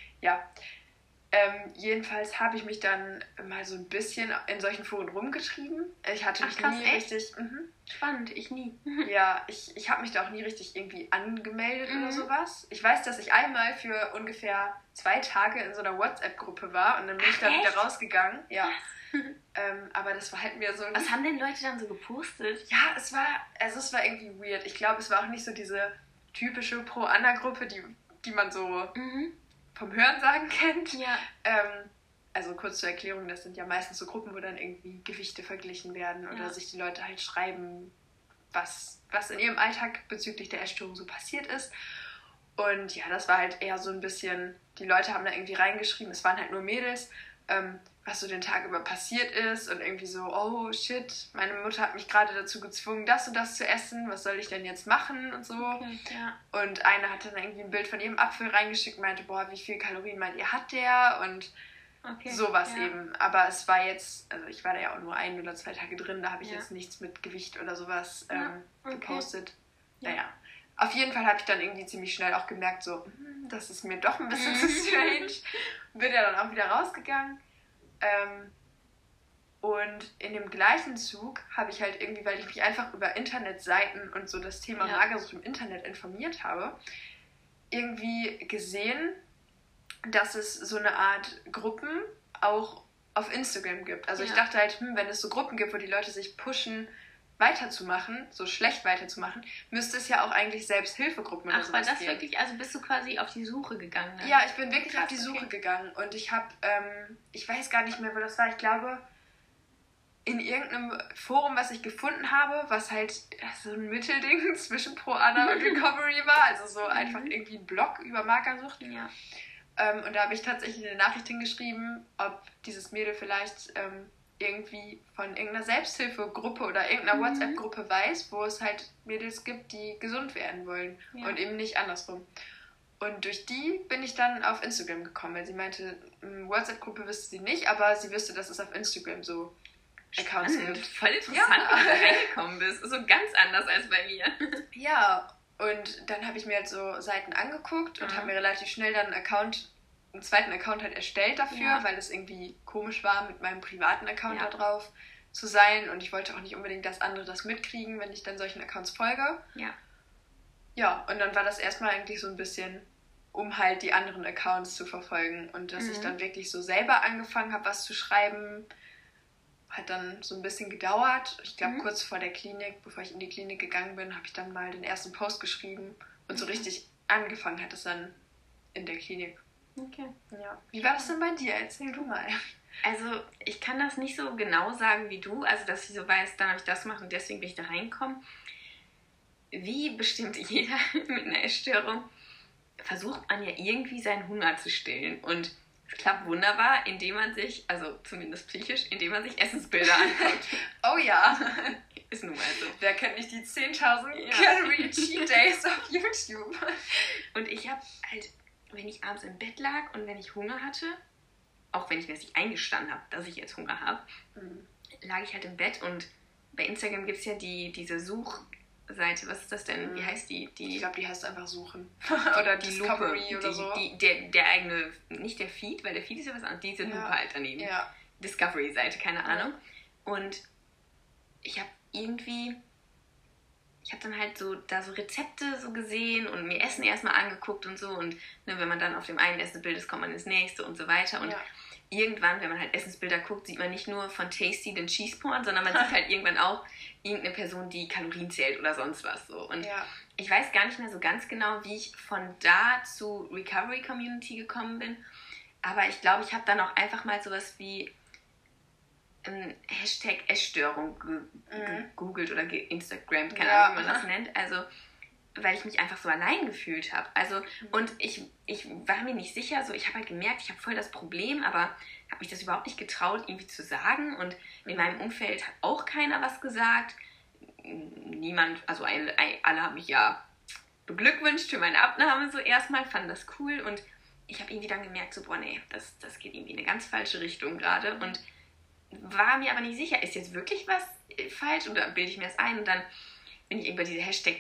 Jedenfalls habe ich mich dann mal so ein bisschen in solchen Foren rumgetrieben. Ich hatte mich nie richtig... Spannend, ich nie. Ja, ich habe mich da auch nie richtig irgendwie angemeldet oder sowas. Ich weiß, dass ich einmal für ungefähr 2 Tage in so einer WhatsApp-Gruppe war und dann bin ich da wieder rausgegangen. Ja. Aber das war halt mir so... Was haben denn Leute dann so gepostet? Ja, es war irgendwie weird. Ich glaube, es war auch nicht so diese typische Pro-Ana-Gruppe, die man so vom Hörensagen kennt. Ja. Also kurz zur Erklärung, das sind ja meistens so Gruppen, wo dann irgendwie Gewichte verglichen werden oder sich die Leute halt schreiben, was in ihrem Alltag bezüglich der Essstörung so passiert ist. Und das war halt eher so ein bisschen, die Leute haben da irgendwie reingeschrieben, es waren halt nur Mädels, was so den Tag über passiert ist und irgendwie so, oh shit, meine Mutter hat mich gerade dazu gezwungen, das und das zu essen, was soll ich denn jetzt machen und so. Okay, Und eine hat dann irgendwie ein Bild von ihrem Apfel reingeschickt und meinte, boah, wie viel Kalorien meint ihr, hat der? Und sowas eben. Aber es war jetzt, also ich war da ja auch nur 1 oder 2 Tage drin, da habe ich jetzt nichts mit Gewicht oder sowas gepostet. Naja, auf jeden Fall habe ich dann irgendwie ziemlich schnell auch gemerkt, so, das ist mir doch ein bisschen zu strange. Bin ja dann auch wieder rausgegangen. Und in dem gleichen Zug habe ich halt irgendwie, weil ich mich einfach über Internetseiten und so das Thema Magersucht im Internet informiert habe, irgendwie gesehen, dass es so eine Art Gruppen auch auf Instagram gibt. Also ich dachte halt, wenn es so Gruppen gibt, wo die Leute sich pushen, weiterzumachen, so schlecht weiterzumachen, müsste es ja auch eigentlich Selbsthilfegruppen oder sowas geben. Ach, war das wirklich, also bist du quasi auf die Suche gegangen? Ne? Ja, ich bin wirklich auf die Suche gegangen und ich habe, ich weiß gar nicht mehr, wo das war, ich glaube, in irgendeinem Forum, was ich gefunden habe, was halt so ein Mittelding zwischen Pro-Ana und Recovery war, also so einfach irgendwie ein Blog über Magersucht. Ja. Und da habe ich tatsächlich eine Nachricht hingeschrieben, ob dieses Mädel vielleicht irgendwie von irgendeiner Selbsthilfegruppe oder irgendeiner WhatsApp-Gruppe weiß, wo es halt Mädels gibt, die gesund werden wollen und eben nicht andersrum. Und durch die bin ich dann auf Instagram gekommen, weil sie meinte, WhatsApp-Gruppe wüsste sie nicht, aber sie wüsste, dass es auf Instagram so Accounts gibt. Voll interessant, wie du da reingekommen bist. So ganz anders als bei mir. Ja, und dann habe ich mir halt so Seiten angeguckt und habe mir relativ schnell dann einen zweiten Account halt erstellt dafür, weil das irgendwie komisch war mit meinem privaten Account da drauf, zu sein und ich wollte auch nicht unbedingt, dass andere das mitkriegen, wenn ich dann solchen Accounts folge. Ja. Ja, und dann war das erstmal eigentlich so ein bisschen, um halt die anderen Accounts zu verfolgen und dass ich dann wirklich so selber angefangen habe, was zu schreiben, hat dann so ein bisschen gedauert. Ich glaube, kurz vor der Klinik, bevor ich in die Klinik gegangen bin, habe ich dann mal den ersten Post geschrieben und so richtig angefangen hat es dann in der Klinik. Okay. Ja. Wie war das denn bei dir? Erzähl du mal. Also, ich kann das nicht so genau sagen wie du, also dass ich so weiß, dann habe ich das gemacht und deswegen bin ich da reingekommen. Wie bestimmt jeder mit einer Essstörung, versucht man ja irgendwie seinen Hunger zu stillen. Und es klappt wunderbar, indem man sich, also zumindest psychisch, indem man sich Essensbilder anguckt. Oh ja. Ist nun mal so. Wer kennt nicht die 10.000 Calorie Cheat Days auf YouTube? Und ich habe halt, wenn ich abends im Bett lag und wenn ich Hunger hatte, auch wenn ich mir das nicht eingestanden habe, dass ich jetzt Hunger habe, lag ich halt im Bett und bei Instagram gibt es ja diese Suchseite, was ist das denn? Wie heißt die? Ich glaube, die heißt einfach Suchen. Oder die Discovery Lupe. oder so. Der eigene, nicht der Feed, weil der Feed ist ja was anderes, diese Lupe halt daneben. Ja. Discovery-Seite, keine Ahnung. Und ich habe dann halt so da so Rezepte so gesehen und mir Essen erstmal angeguckt und so und ne, wenn man dann auf dem einen Essensbild ist, kommt man ins nächste und so weiter und irgendwann, wenn man halt Essensbilder guckt, sieht man nicht nur von Tasty den Cheese Porn, sondern man sieht halt irgendwann auch irgendeine Person, die Kalorien zählt oder sonst was so und ich weiß gar nicht mehr so ganz genau, wie ich von da zu Recovery Community gekommen bin, aber ich glaube, ich habe dann auch einfach mal sowas wie Hashtag Essstörung gegoogelt oder geinstagrammt, keine Ahnung, wie man das nennt. Also, weil ich mich einfach so allein gefühlt habe. Also, und ich war mir nicht sicher, so ich habe halt gemerkt, ich habe voll das Problem, aber habe mich das überhaupt nicht getraut, irgendwie zu sagen. Und in meinem Umfeld hat auch keiner was gesagt. Niemand, also alle haben mich ja beglückwünscht für meine Abnahme so erstmal, fanden das cool. Und ich habe irgendwie dann gemerkt, so, boah, nee, das geht irgendwie in eine ganz falsche Richtung gerade. Und war mir aber nicht sicher, ist jetzt wirklich was falsch oder bilde ich mir das ein und dann bin ich über diese Hashtag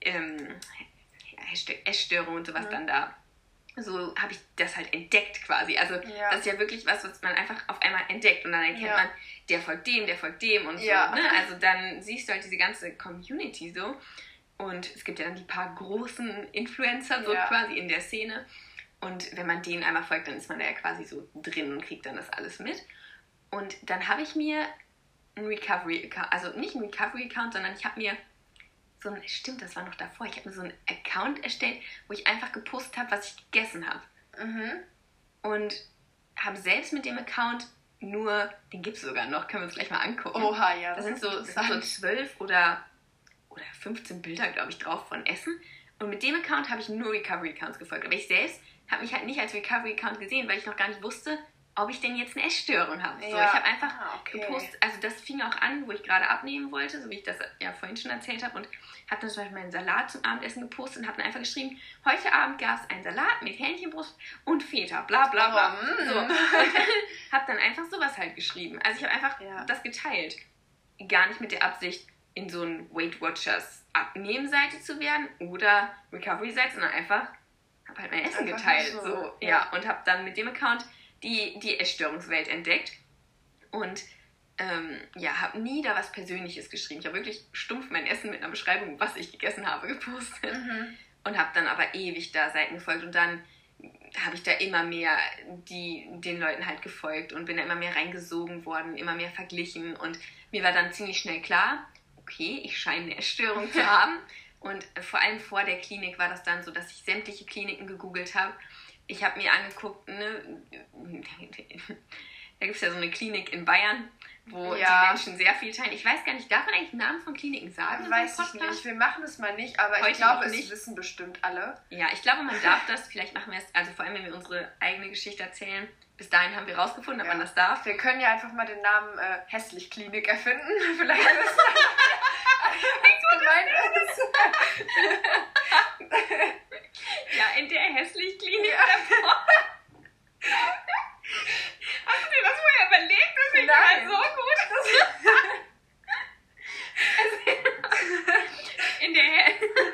Essstörung und sowas dann da. So habe ich das halt entdeckt quasi. Also das ist ja wirklich was man einfach auf einmal entdeckt und dann erkennt man, der folgt dem und so. Ne? Also dann siehst du halt diese ganze Community so und es gibt ja dann die paar großen Influencer so quasi in der Szene und wenn man denen einmal folgt, dann ist man da ja quasi so drin und kriegt dann das alles mit. Und dann habe ich mir einen Recovery-Account, also nicht einen Recovery-Account, sondern ich habe mir stimmt, das war noch davor, ich habe mir so einen Account erstellt, wo ich einfach gepostet habe, was ich gegessen habe. Und habe selbst mit dem Account den gibt es sogar noch, können wir uns gleich mal angucken. Oha, ja. Das sind so 12 oder 15 Bilder, glaube ich, drauf von Essen. Und mit dem Account habe ich nur Recovery-Accounts gefolgt. Aber ich selbst habe mich halt nicht als Recovery-Account gesehen, weil ich noch gar nicht wusste, ob ich denn jetzt eine Essstörung habe. So, ich habe einfach gepostet, also das fing auch an, wo ich gerade abnehmen wollte, so wie ich das ja vorhin schon erzählt habe und habe dann zum Beispiel meinen Salat zum Abendessen gepostet und habe dann einfach geschrieben, heute Abend gab es einen Salat mit Hähnchenbrust und Feta, bla bla bla. So. Und habe dann einfach sowas halt geschrieben. Also ich habe einfach das geteilt. Gar nicht mit der Absicht, in so ein Weight Watchers Abnehmseite zu werden oder Recovery-Seite, sondern einfach habe halt mein Essen geteilt. So. Ja, und habe dann mit dem Account die Essstörungswelt entdeckt und habe nie da was Persönliches geschrieben. Ich habe wirklich stumpf mein Essen mit einer Beschreibung, was ich gegessen habe, gepostet und habe dann aber ewig da Seiten gefolgt und dann habe ich da immer mehr den Leuten halt gefolgt und bin da immer mehr reingesogen worden, immer mehr verglichen und mir war dann ziemlich schnell klar, okay, ich scheine eine Essstörung zu haben und vor allem vor der Klinik war das dann so, dass ich sämtliche Kliniken gegoogelt habe. Ich habe mir angeguckt, ne, da gibt es ja so eine Klinik in Bayern, wo die Menschen sehr viel teilen. Ich weiß gar nicht, darf man eigentlich Namen von Kliniken sagen? Weiß ich nicht, wir machen es mal nicht, aber ich glaube, es wissen bestimmt alle. Ja, ich glaube, man darf das, vielleicht machen wir es, also vor allem, wenn wir unsere eigene Geschichte erzählen, bis dahin haben wir rausgefunden, ob man das darf. Wir können ja einfach mal den Namen Hässlich Klinik erfinden, vielleicht ist es ja, in der Hässlich-Klinik davor. Hast du dir das vorher überlegt? Das finde ich so gut. In der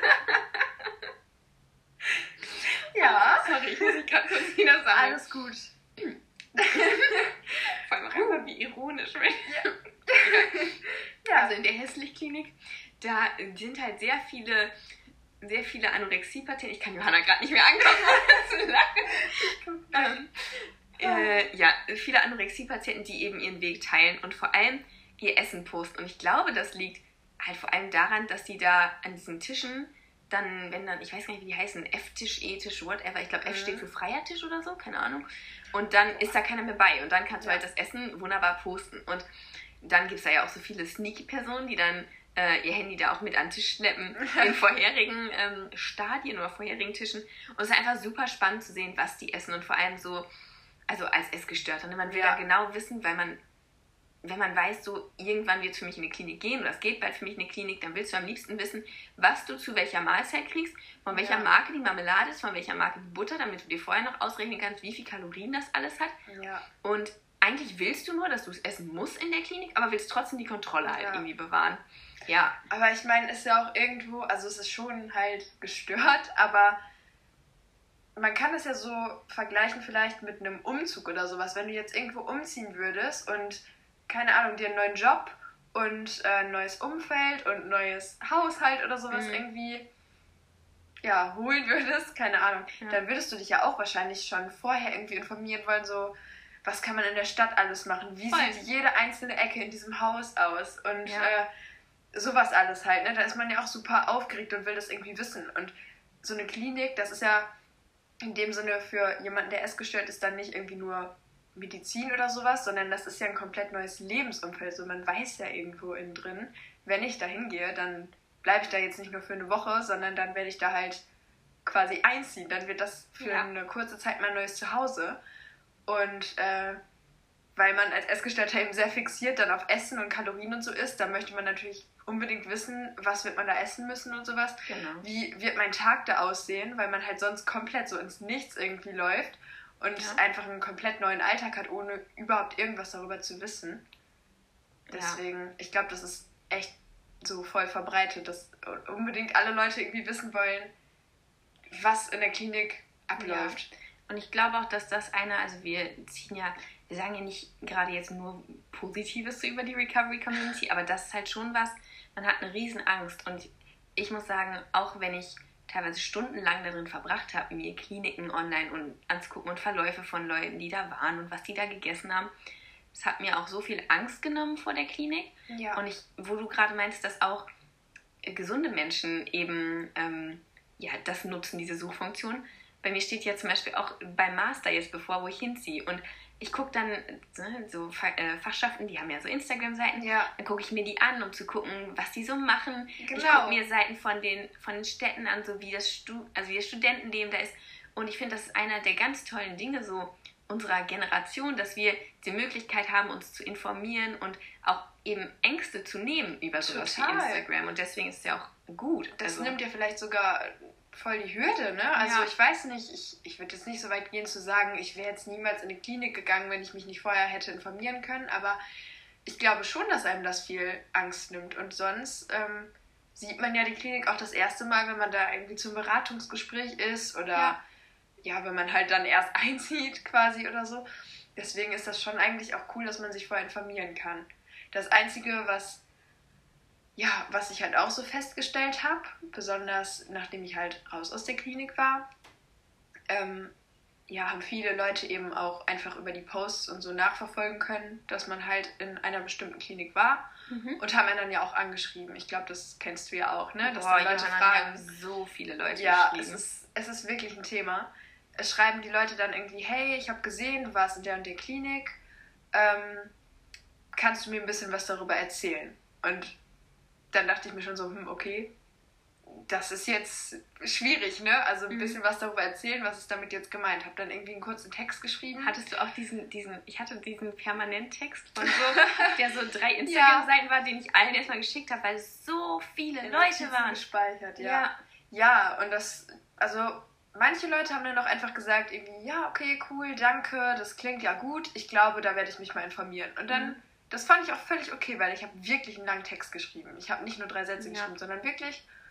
sorry, ich muss mich gerade kurz wieder sagen. Alles gut. Vor allem auch einfach wie ironisch. da sind halt sehr viele Anorexie-Patienten. Ich kann Johanna gerade nicht mehr angucken, ja, viele Anorexie-Patienten, die eben ihren Weg teilen und vor allem ihr Essen posten. Und ich glaube, das liegt halt vor allem daran, dass die da an diesen Tischen dann, ich weiß gar nicht, wie die heißen, F-Tisch, E-Tisch, whatever. Ich glaube, F steht für freier Tisch oder so, keine Ahnung. Und dann ist da keiner mehr bei. Und dann kannst du halt das Essen wunderbar posten. Und dann gibt es da ja auch so viele Sneaky-Personen, die dann ihr Handy da auch mit an den Tisch schleppen in vorherigen Stadien oder vorherigen Tischen. Und es ist einfach super spannend zu sehen, was die essen. Und vor allem so, also als Essgestörter. Man will ja genau wissen, weil wenn man weiß, so irgendwann wird es für mich in eine Klinik gehen oder es geht bald für mich in eine Klinik, dann willst du am liebsten wissen, was du zu welcher Mahlzeit kriegst, von welcher Marke die Marmelade ist, von welcher Marke die Butter, damit du dir vorher noch ausrechnen kannst, wie viele Kalorien das alles hat. Ja. Und eigentlich willst du nur, dass du es essen musst in der Klinik, aber willst trotzdem die Kontrolle halt irgendwie bewahren. Ja. Aber ich meine, ist ja auch irgendwo, also es ist schon halt gestört, aber man kann es ja so vergleichen vielleicht mit einem Umzug oder sowas. Wenn du jetzt irgendwo umziehen würdest und keine Ahnung, dir einen neuen Job und ein neues Umfeld und ein neues Haushalt oder sowas irgendwie holen würdest, keine Ahnung, dann würdest du dich ja auch wahrscheinlich schon vorher irgendwie informieren wollen, so, was kann man in der Stadt alles machen, wie sieht jede einzelne Ecke in diesem Haus aus und sowas alles halt, ne? Da ist man ja auch super aufgeregt und will das irgendwie wissen und so eine Klinik, das ist ja in dem Sinne für jemanden, der essgestört ist, dann nicht irgendwie nur Medizin oder sowas, sondern das ist ja ein komplett neues Lebensumfeld. So, man weiß ja irgendwo innen drin, wenn ich da hingehe, dann bleibe ich da jetzt nicht nur für eine Woche, sondern dann werde ich da halt quasi einziehen. Dann wird das für eine kurze Zeit mein neues Zuhause. Und weil man als Essgestörter eben sehr fixiert dann auf Essen und Kalorien und so ist, da möchte man natürlich unbedingt wissen, was wird man da essen müssen und sowas. Genau. Wie wird mein Tag da aussehen, weil man halt sonst komplett so ins Nichts irgendwie läuft. Und einfach einen komplett neuen Alltag hat, ohne überhaupt irgendwas darüber zu wissen. Deswegen, ich glaube, das ist echt so voll verbreitet, dass unbedingt alle Leute irgendwie wissen wollen, was in der Klinik abläuft. Ja. Und ich glaube auch, dass das also wir sagen ja nicht gerade jetzt nur Positives so über die Recovery Community, aber das ist halt schon was, man hat eine riesen Angst. Und ich muss sagen, auch wenn ich teilweise stundenlang darin verbracht habe, mir Kliniken online anzugucken und Verläufe von Leuten, die da waren und was die da gegessen haben. Das hat mir auch so viel Angst genommen vor der Klinik. Ja. Und wo du gerade meinst, dass auch gesunde Menschen eben das nutzen, diese Suchfunktion. Bei mir steht ja zum Beispiel auch beim Master jetzt bevor, wo ich hinziehe. Und ich gucke dann so Fachschaften, die haben ja so Instagram-Seiten, dann gucke ich mir die an, um zu gucken, was die so machen. Genau. Ich gucke mir Seiten von den Städten an, so wie das Studentenleben da ist. Und ich finde, das ist einer der ganz tollen Dinge so unserer Generation, dass wir die Möglichkeit haben, uns zu informieren und auch eben Ängste zu nehmen über sowas wie Instagram. Und deswegen ist es ja auch gut. Das nimmt ja vielleicht sogar voll die Hürde, ne? Also ich weiß nicht, ich würde jetzt nicht so weit gehen zu sagen, ich wäre jetzt niemals in eine Klinik gegangen, wenn ich mich nicht vorher hätte informieren können, aber ich glaube schon, dass einem das viel Angst nimmt und sonst sieht man ja die Klinik auch das erste Mal, wenn man da irgendwie zum Beratungsgespräch ist oder wenn man halt dann erst einzieht quasi oder so. Deswegen ist das schon eigentlich auch cool, dass man sich vorher informieren kann. Das Einzige, was ich halt auch so festgestellt habe, besonders nachdem ich halt raus aus der Klinik war, haben viele Leute eben auch einfach über die Posts und so nachverfolgen können, dass man halt in einer bestimmten Klinik war und haben einen dann ja auch angeschrieben. Ich glaube, das kennst du ja auch, ne? Dass dann Leute fragen. Haben so viele Leute geschrieben. Es ist wirklich ein Thema. Es schreiben die Leute dann irgendwie, hey, ich habe gesehen, du warst in der und der Klinik, kannst du mir ein bisschen was darüber erzählen? Und dann dachte ich mir schon so, okay, das ist jetzt schwierig, ne? Also ein bisschen was darüber erzählen, was ist damit jetzt gemeint. Habe dann irgendwie einen kurzen Text geschrieben. Hattest du auch ich hatte diesen Permanent-Text von so, der so 3 Instagram-Seiten war, den ich allen erstmal geschickt habe, weil es so viele Leute waren. Gespeichert, Ja, und manche Leute haben dann auch einfach gesagt, irgendwie, ja, okay, cool, danke, das klingt ja gut, ich glaube, da werde ich mich mal informieren. Und dann, das fand ich auch völlig okay, weil ich habe wirklich einen langen Text geschrieben. Ich habe nicht nur 3 Sätze geschrieben, sondern wirklich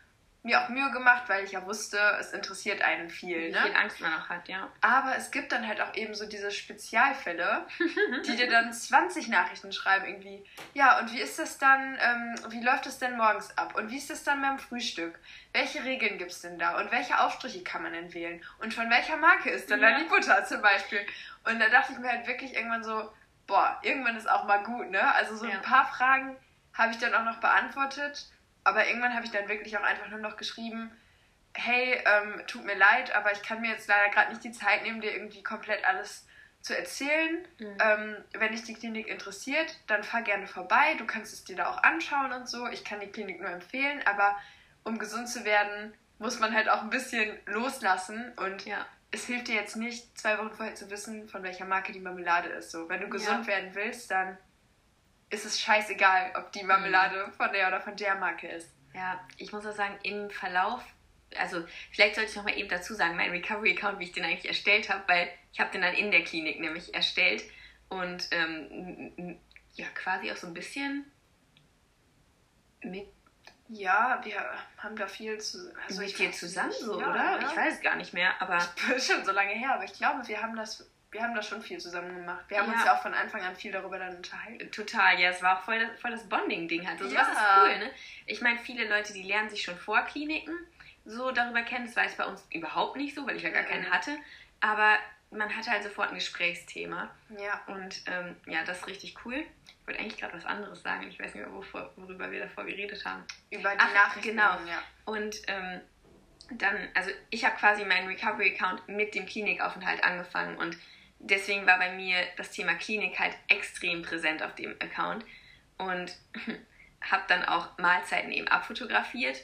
mir auch Mühe gemacht, weil ich ja wusste, es interessiert einen viel. Wie viel Angst man auch hat, ja. Aber es gibt dann halt auch eben so diese Spezialfälle, die dir dann 20 Nachrichten schreiben irgendwie. Ja, und wie ist das dann, wie läuft es denn morgens ab? Und wie ist das dann beim Frühstück? Welche Regeln gibt es denn da? Und welche Aufstriche kann man denn wählen? Und von welcher Marke ist dann die Butter zum Beispiel? Und da dachte ich mir halt wirklich irgendwann so, boah, irgendwann ist auch mal gut, ne? Also so ein paar Fragen habe ich dann auch noch beantwortet. Aber irgendwann habe ich dann wirklich auch einfach nur noch geschrieben, hey, tut mir leid, aber ich kann mir jetzt leider gerade nicht die Zeit nehmen, dir irgendwie komplett alles zu erzählen. Wenn dich die Klinik interessiert, dann fahr gerne vorbei. Du kannst es dir da auch anschauen und so. Ich kann die Klinik nur empfehlen, aber um gesund zu werden, muss man halt auch ein bisschen loslassen. Und es hilft dir jetzt nicht, 2 Wochen vorher zu wissen, von welcher Marke die Marmelade ist. So, wenn du gesund werden willst, dann ist es scheißegal, ob die Marmelade von der oder von der Marke ist. Ja, ich muss auch sagen, im Verlauf, also vielleicht sollte ich noch mal eben dazu sagen, mein Recovery-Account, wie ich den eigentlich erstellt habe, weil ich habe den dann in der Klinik nämlich erstellt und quasi auch so ein bisschen mit... Ja, wir haben da viel zu... Also mit dir zusammen so, oder? Ich weiß es gar nicht mehr, aber... Das ist schon so lange her, aber ich glaube, wir haben das schon viel zusammen gemacht. Wir haben uns ja auch von Anfang an viel darüber dann unterhalten. Total, ja, es war auch voll das Bonding-Ding halt. Also das ist cool, ne? Ich meine, viele Leute, die lernen sich schon vor Kliniken so darüber kennen. Das war jetzt bei uns überhaupt nicht so, weil ich ja gar keinen hatte. Aber man hatte halt sofort ein Gesprächsthema. Ja. Und das ist richtig cool. Ich wollte eigentlich gerade was anderes sagen. Ich weiß nicht mehr, worüber wir davor geredet haben. Über die Nachrichten. Genau. Ja. Und dann, also ich habe quasi meinen Recovery-Account mit dem Klinikaufenthalt angefangen und deswegen war bei mir das Thema Klinik halt extrem präsent auf dem Account und habe dann auch Mahlzeiten eben abfotografiert,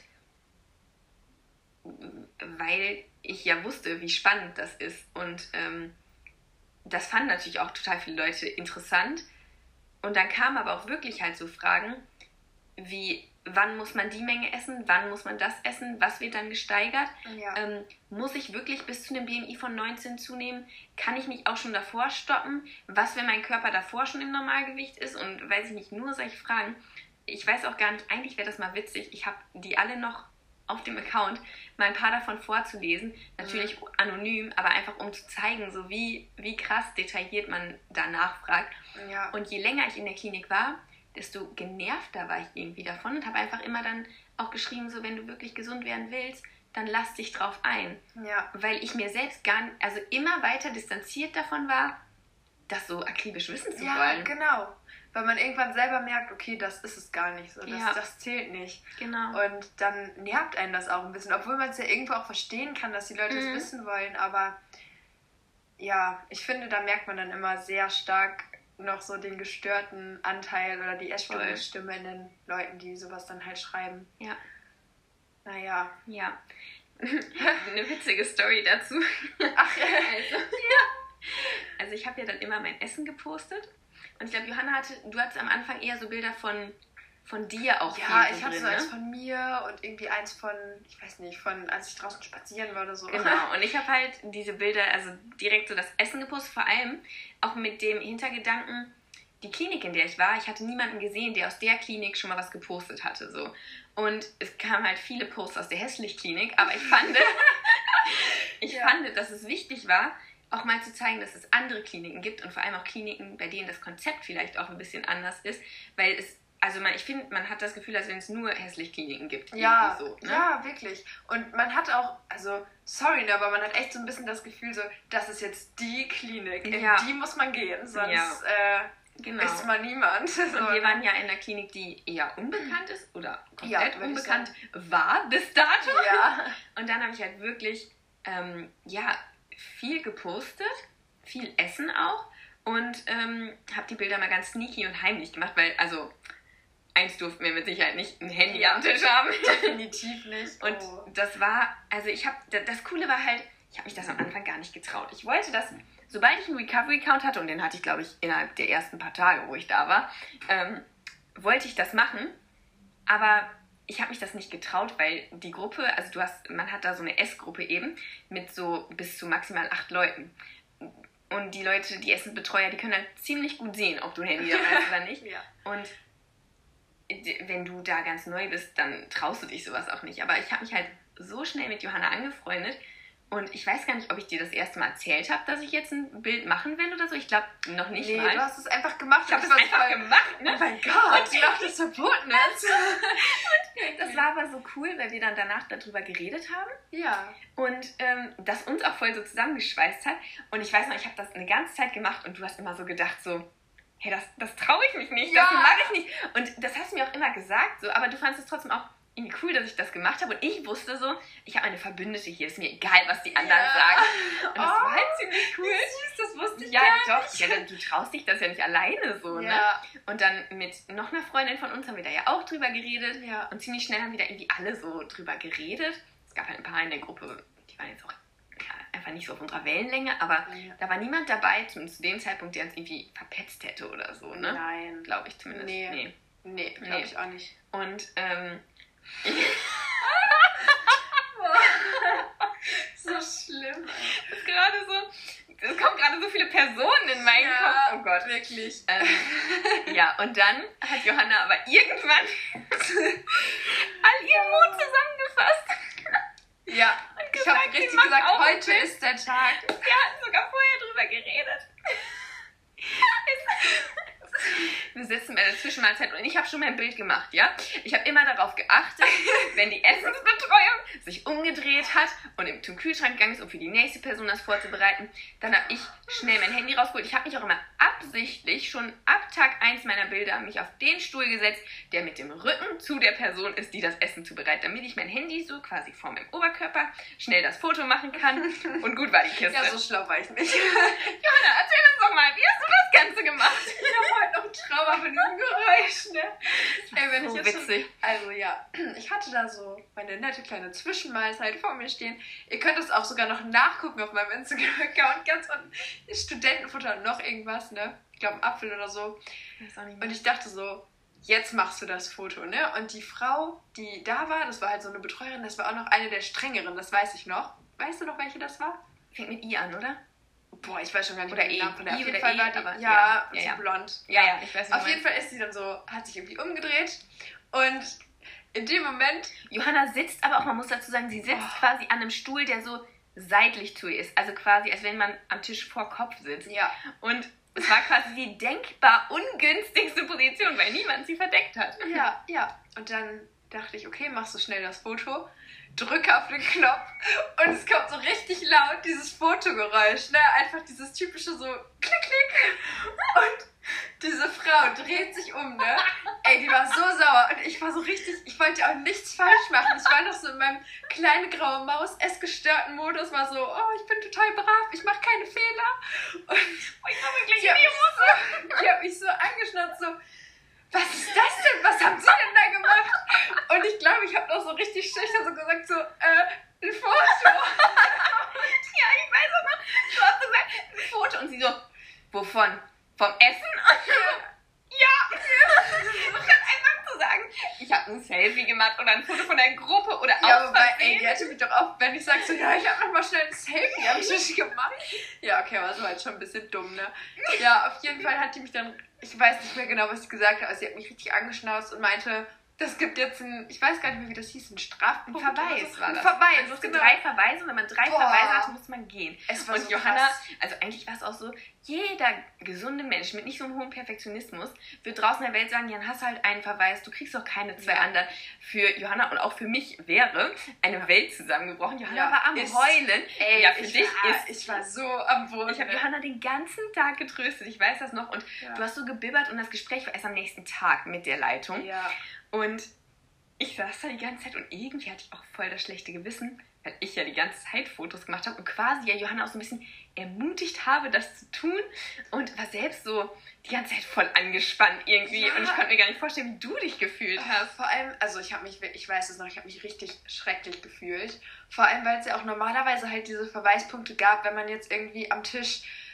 weil ich ja wusste, wie spannend das ist und das fanden natürlich auch total viele Leute interessant und dann kamen aber auch wirklich halt so Fragen wie, wann muss man die Menge essen, wann muss man das essen, was wird dann gesteigert, muss ich wirklich bis zu einem BMI von 19 zunehmen, kann ich mich auch schon davor stoppen, was, wenn mein Körper davor schon im Normalgewicht ist und weiß ich nicht, nur solche Fragen. Ich weiß auch gar nicht, eigentlich wäre das mal witzig, ich habe die alle noch auf dem Account, mal ein paar davon vorzulesen, natürlich anonym, aber einfach um zu zeigen, so wie krass detailliert man da nachfragt. Ja. Und je länger ich in der Klinik war, desto genervter war ich irgendwie davon und habe einfach immer dann auch geschrieben, so wenn du wirklich gesund werden willst, dann lass dich drauf ein. Ja. Weil ich mir selbst also immer weiter distanziert davon war, das so akribisch wissen zu wollen. Ja, genau. Weil man irgendwann selber merkt, okay, das ist es gar nicht so, das zählt nicht. Genau. Und dann nervt einen das auch ein bisschen, obwohl man es ja irgendwo auch verstehen kann, dass die Leute es wissen wollen, aber ja, ich finde, da merkt man dann immer sehr stark noch so den gestörten Anteil oder die Essstörungsstimme in den Leuten, die sowas dann halt schreiben. Ja. Naja. Ja. Eine witzige Story dazu. Ach, Also ich habe ja dann immer mein Essen gepostet und ich glaube, Johanna du hattest am Anfang eher so Bilder von dir auch. Ja, ich hatte so eins von mir und irgendwie eins von, ich weiß nicht, von als ich draußen spazieren war oder so. Genau, und ich habe halt diese Bilder, also direkt so das Essen gepostet, vor allem auch mit dem Hintergedanken, die Klinik, in der ich war, ich hatte niemanden gesehen, der aus der Klinik schon mal was gepostet hatte. So. Und es kamen halt viele Posts aus der Hässlich-Klinik, aber ich fand, fand, dass es wichtig war, auch mal zu zeigen, dass es andere Kliniken gibt und vor allem auch Kliniken, bei denen das Konzept vielleicht auch ein bisschen anders ist, weil ich finde, man hat das Gefühl, als wenn es nur Hässlich-Kliniken gibt. Ja, so, ne? Ja, wirklich. Und man hat auch, also, sorry, aber man hat echt so ein bisschen das Gefühl, so, das ist jetzt die Klinik, in die muss man gehen, sonst ist man niemand. So. Und wir waren ja in einer Klinik, die eher unbekannt ist oder komplett unbekannt war bis dato. Ja. Und dann habe ich halt wirklich, viel gepostet, viel Essen auch und habe die Bilder mal ganz sneaky und heimlich gemacht, weil, also, eins durften wir mit Sicherheit nicht ein Handy am Tisch haben. Definitiv nicht. Und das war, also das Coole war halt, ich habe mich das am Anfang gar nicht getraut. Ich wollte das, sobald ich einen Recovery-Account hatte, und den hatte ich, glaube ich, innerhalb der ersten paar Tage, wo ich da war, wollte ich das machen, aber ich habe mich das nicht getraut, weil die Gruppe, also man hat da so eine Essgruppe eben mit so bis zu maximal 8 Leuten. Und die Leute, die Essensbetreuer, die können halt ziemlich gut sehen, ob du ein Handy dabei hast oder nicht. Ja. Und wenn du da ganz neu bist, dann traust du dich sowas auch nicht. Aber ich habe mich halt so schnell mit Johanna angefreundet und ich weiß gar nicht, ob ich dir das erste Mal erzählt habe, dass ich jetzt ein Bild machen will oder so. Ich glaube, noch nicht Nee, mal. du hast es einfach gemacht. Ich habe es einfach gemacht, ne? Oh mein Gott, wie macht das verboten ist. Das war aber so cool, weil wir dann danach darüber geredet haben. Ja. Und das uns auch voll so zusammengeschweißt hat. Und ich weiß noch, ich habe das eine ganze Zeit gemacht und du hast immer so gedacht, so, hey, das traue ich mich nicht, Ja. das mache ich nicht. Und das hast du mir auch immer gesagt, so, aber du fandest es trotzdem auch irgendwie cool, dass ich das gemacht habe. Und ich wusste so, ich habe eine Verbündete hier, ist mir egal, was die anderen sagen. Und das war halt ziemlich cool. Süß, das wusste ich Ja, gar doch. nicht. Ja, du traust dich das ja nicht alleine so, ne? Ja. Und dann mit noch einer Freundin von uns haben wir da ja auch drüber geredet. Ja. Und ziemlich schnell haben wir da irgendwie alle so drüber geredet. Es gab halt ein paar in der Gruppe, die waren jetzt auch einfach nicht so auf unserer Wellenlänge, aber Ja. da war niemand dabei, zumindest zu dem Zeitpunkt, der uns irgendwie verpetzt hätte oder so, ne? Nein. Glaube ich zumindest. Nee. Nee, glaube ich auch nicht. Und, So schlimm. es kommen gerade so viele Personen in meinen Kopf. Oh Gott. Wirklich. Ja, und dann hat Johanna aber irgendwann all ihren Mut zusammengefasst. Ja, Und ich habe gesagt, sie richtig macht gesagt, auch heute mit. ist der Tag. Wir hatten sogar vorher drüber geredet. Wir sitzen bei der Zwischenmahlzeit und ich habe schon mein Bild gemacht, ja? Ich habe immer darauf geachtet, wenn die Essensbetreuung sich umgedreht hat und zum Kühlschrank gegangen ist, um für die nächste Person das vorzubereiten, dann habe ich schnell mein Handy rausgeholt. Ich habe mich auch immer absichtlich schon ab Tag 1 meiner Bilder mich auf den Stuhl gesetzt, der mit dem Rücken zu der Person ist, die das Essen zubereitet, damit ich mein Handy so quasi vor meinem Oberkörper schnell das Foto machen kann und gut war die Kiste. Ja, so schlau war ich nicht. Johanna, erzähl uns doch mal, wie hast du das Ganze gemacht? Ich habe heute noch ein Trauma von diesem Geräusch, ne? Ey, wenn so ich jetzt witzig. Schon, also ja, ich hatte da so meine nette kleine Zwischenmahlzeit vor mir stehen. Ihr könnt es auch sogar noch nachgucken auf meinem Instagram-Account. Ganz unten ist Studentenfutter und noch irgendwas, ne? Ich glaube ein Apfel oder so. Ich weiß auch nicht mehr. Und ich dachte so, jetzt machst du das Foto, ne? Und die Frau, die da war, das war halt so eine Betreuerin, das war auch noch eine der strengeren, das weiß ich noch. Weißt du noch, welche das war? Fängt mit I an, oder? Boah, ich weiß schon gar nicht Oder mehr den E. Namen von der. I Auf jeden oder Fall E, war die, aber ja, ja, so ja. blond. Ja, ich weiß nicht. Auf jeden Fall ist sie dann so, hat sich irgendwie umgedreht und in dem Moment, Johanna sitzt aber auch, man muss dazu sagen, sie sitzt quasi an einem Stuhl, der so seitlich zu ihr ist. Also quasi, als wenn man am Tisch vor Kopf sitzt. ja, Und es war quasi die denkbar ungünstigste Position, weil niemand sie verdeckt hat. ja. Und dann dachte ich, okay, machst du schnell das Foto, drücke auf den Knopf und es kommt so richtig laut, dieses Fotogeräusch, ne? Einfach dieses typische so klick, klick. Und diese Frau dreht sich um, ne? Ey, die war so sauer und ich war so richtig, ich wollte auch nichts falsch machen. Ich war noch so in meinem kleine graue Maus essgestörten Modus, war so, oh, ich bin total brav, ich mache keine Fehler. Und Ich habe gleich die hat mich so angeschnauzt, so, was ist das denn? Was haben Sie denn da gemacht? Und ich glaube, ich habe noch so richtig schüchtern so gesagt, so, ein Foto. Ja, ich weiß auch noch, du hast gesagt, ein Foto. Und sie so, wovon? Vom Essen? Ja. Statt einfach zu sagen, ich habe ein Selfie gemacht oder ein Foto von der Gruppe oder Ja, aus wobei, ey, Versehen. die hätte mich doch auch, wenn ich sage so, ja, ich habe noch mal schnell ein Selfie am Tisch gemacht. Ja, okay, aber das war halt schon ein bisschen dumm, ne? Ja, auf jeden Fall hat die mich dann, ich weiß nicht mehr genau, was sie gesagt hat, aber sie hat mich richtig angeschnauzt und meinte, das gibt jetzt ein, ich weiß gar nicht mehr, wie das hieß, ein Strafpunkt. Ein Verweis oder so. war das. Ein Verweis, Also es gibt genau. 3 Verweise und wenn man 3 Verweise hat, muss man gehen. Es war Und so Johanna, krass. also eigentlich war es auch so, jeder gesunde Mensch mit nicht so einem hohen Perfektionismus wird draußen in der Welt sagen, Jan, hast halt einen Verweis, du kriegst doch keine 2 anderen. Für Johanna und auch für mich wäre eine Welt zusammengebrochen. Johanna war am Heulen. Ey, ja, für dich ist... ich war so am Boden. Ich habe Johanna den ganzen Tag getröstet, ich weiß das noch. Und du hast so gebibbert und das Gespräch war erst am nächsten Tag mit der Leitung. Ja. Und ich saß da die ganze Zeit und irgendwie hatte ich auch voll das schlechte Gewissen, weil ich ja die ganze Zeit Fotos gemacht habe und quasi ja Johanna auch so ein bisschen ermutigt habe, das zu tun und war selbst so die ganze Zeit voll angespannt irgendwie und ich konnte mir gar nicht vorstellen, wie du dich gefühlt hast. Vor allem, also ich weiß es noch, ich habe mich richtig schrecklich gefühlt. Vor allem, weil es ja auch normalerweise halt diese Verweispunkte gab, wenn man jetzt irgendwie am Tisch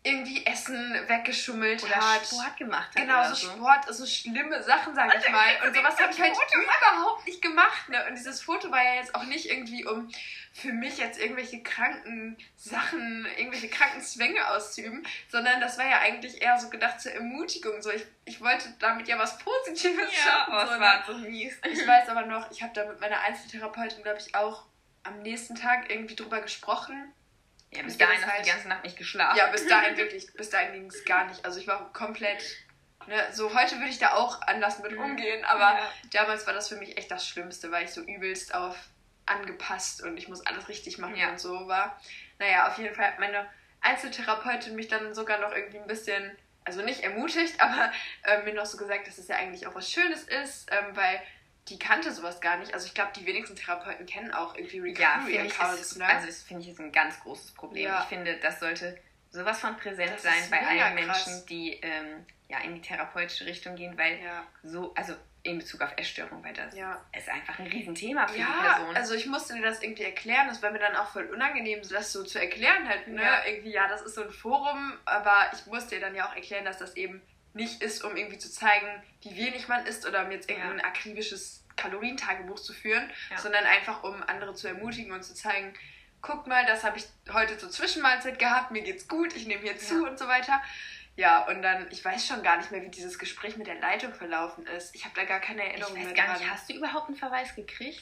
irgendwie Essen weggeschummelt oder hat. Sport gemacht hat. Genau, so Sport, so schlimme Sachen, sag ich mal. Und sowas habe ich halt überhaupt nicht gemacht. Ne? Und dieses Foto war ja jetzt auch nicht irgendwie, um für mich jetzt irgendwelche kranken Sachen, irgendwelche kranken Zwänge auszuüben, sondern das war ja eigentlich eher so gedacht zur Ermutigung. So, ich wollte damit ja was Positives schaffen. Ja, so, es war so mies. Ich weiß aber noch, ich habe da mit meiner Einzeltherapeutin, glaube ich, auch am nächsten Tag irgendwie drüber gesprochen. Ja, bis dahin hast du die ganze Nacht nicht geschlafen. Ja, bis dahin ging es gar nicht. Also ich war komplett, ne, so heute würde ich da auch anders mit umgehen, aber damals war das für mich echt das Schlimmste, weil ich so übelst auf angepasst und ich muss alles richtig machen und so war. Naja, auf jeden Fall hat meine Einzeltherapeutin mich dann sogar noch irgendwie ein bisschen, also nicht ermutigt, aber mir noch so gesagt, dass es ja eigentlich auch was Schönes ist, weil die kannte sowas gar nicht. Also ich glaube, die wenigsten Therapeuten kennen auch irgendwie Recovery-Accounts. Ne? Also das finde ich ist ein ganz großes Problem. Ja. Ich finde, das sollte sowas von präsent sein bei allen Menschen, die in die therapeutische Richtung gehen, weil also in Bezug auf Essstörung, weil das ist einfach ein Riesenthema für die Person. Also ich musste dir das irgendwie erklären, das war mir dann auch voll unangenehm, das so zu erklären halt, ne? Irgendwie, das ist so ein Forum, aber ich musste dir dann ja auch erklären, dass das eben nicht ist, um irgendwie zu zeigen, wie wenig man isst oder um jetzt irgendwie ein akribisches Kalorientagebuch zu führen, sondern einfach, um andere zu ermutigen und zu zeigen, guck mal, das habe ich heute zur Zwischenmahlzeit gehabt, mir geht's gut, ich nehme hier zu und so weiter. Ja, und dann, ich weiß schon gar nicht mehr, wie dieses Gespräch mit der Leitung verlaufen ist. Ich habe da gar keine Erinnerung mehr dran. Ich weiß gar nicht, hast du überhaupt einen Verweis gekriegt?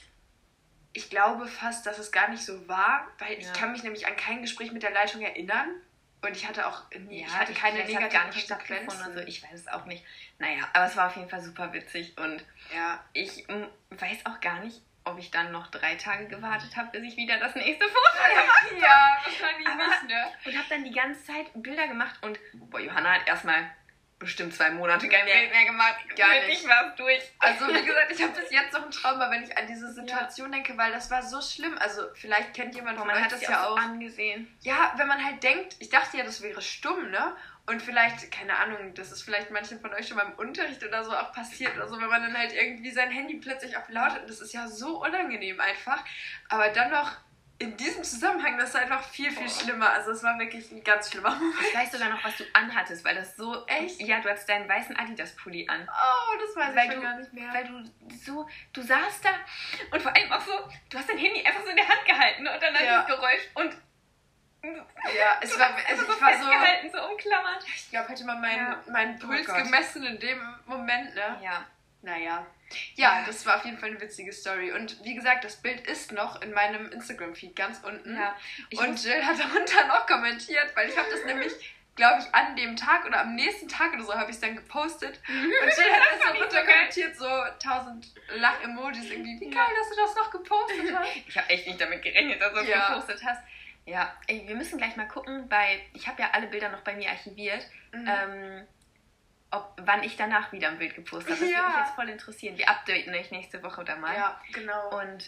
Ich glaube fast, dass es gar nicht so war, weil ich kann mich nämlich an kein Gespräch mit der Leitung erinnern. Und ich hatte auch nie, ich hatte keine negativen Konsequenzen. Also ich weiß es auch nicht. Naja, aber es war auf jeden Fall super witzig und ich weiß auch gar nicht, ob ich dann noch 3 Tage gewartet habe, bis ich wieder das nächste Foto gemacht habe. Ja, wahrscheinlich nicht, ne? Und habe dann die ganze Zeit Bilder gemacht und Johanna hat erstmal bestimmt 2 Monate kein Bild mehr gemacht. Gar nicht. Ich war durch. Also wie gesagt, ich habe bis jetzt noch ein Trauma, wenn ich an diese Situation denke, weil das war so schlimm. Also vielleicht kennt jemand von euch das ja auch angesehen. Ja, wenn man halt denkt, ich dachte ja, das wäre stumm, ne? Und vielleicht, keine Ahnung, das ist vielleicht manchen von euch schon beim Unterricht oder so auch passiert oder so, wenn man dann halt irgendwie sein Handy plötzlich auf laut hat. Das ist ja so unangenehm einfach. Aber dann noch in diesem Zusammenhang, das ist einfach viel, viel schlimmer. Also es war wirklich ein ganz schlimmer Moment. Ich weiß sogar noch, was du anhattest, weil das so... Echt? Ja, du hattest deinen weißen Adidas-Pulli an. Oh, das weiß ich schon gar nicht mehr. Weil du saßt da und vor allem auch so, du hast dein Handy einfach so in der Hand gehalten und dann dieses Geräusch und... Ja, ich war so umklammert. Ich glaube, hätte man meinen Puls gemessen in dem Moment, ne? Ja. Naja. Ja, das war auf jeden Fall eine witzige Story. Und wie gesagt, das Bild ist noch in meinem Instagram-Feed ganz unten. Ja. Und Jill hat darunter noch kommentiert, weil ich habe das nämlich, glaube ich, an dem Tag oder am nächsten Tag oder so habe ich es dann gepostet. Und Jill hat das darunter kommentiert, so 1000 Lach-Emojis irgendwie. Wie geil, dass du das noch gepostet hast. Ich habe echt nicht damit gerechnet, dass du das gepostet hast. Ja, wir müssen gleich mal gucken, ich habe ja alle Bilder noch bei mir archiviert, wann ich danach wieder ein Bild gepostet habe. Das würde mich jetzt voll interessieren. Wir updaten euch nächste Woche oder mal. Ja, genau. Und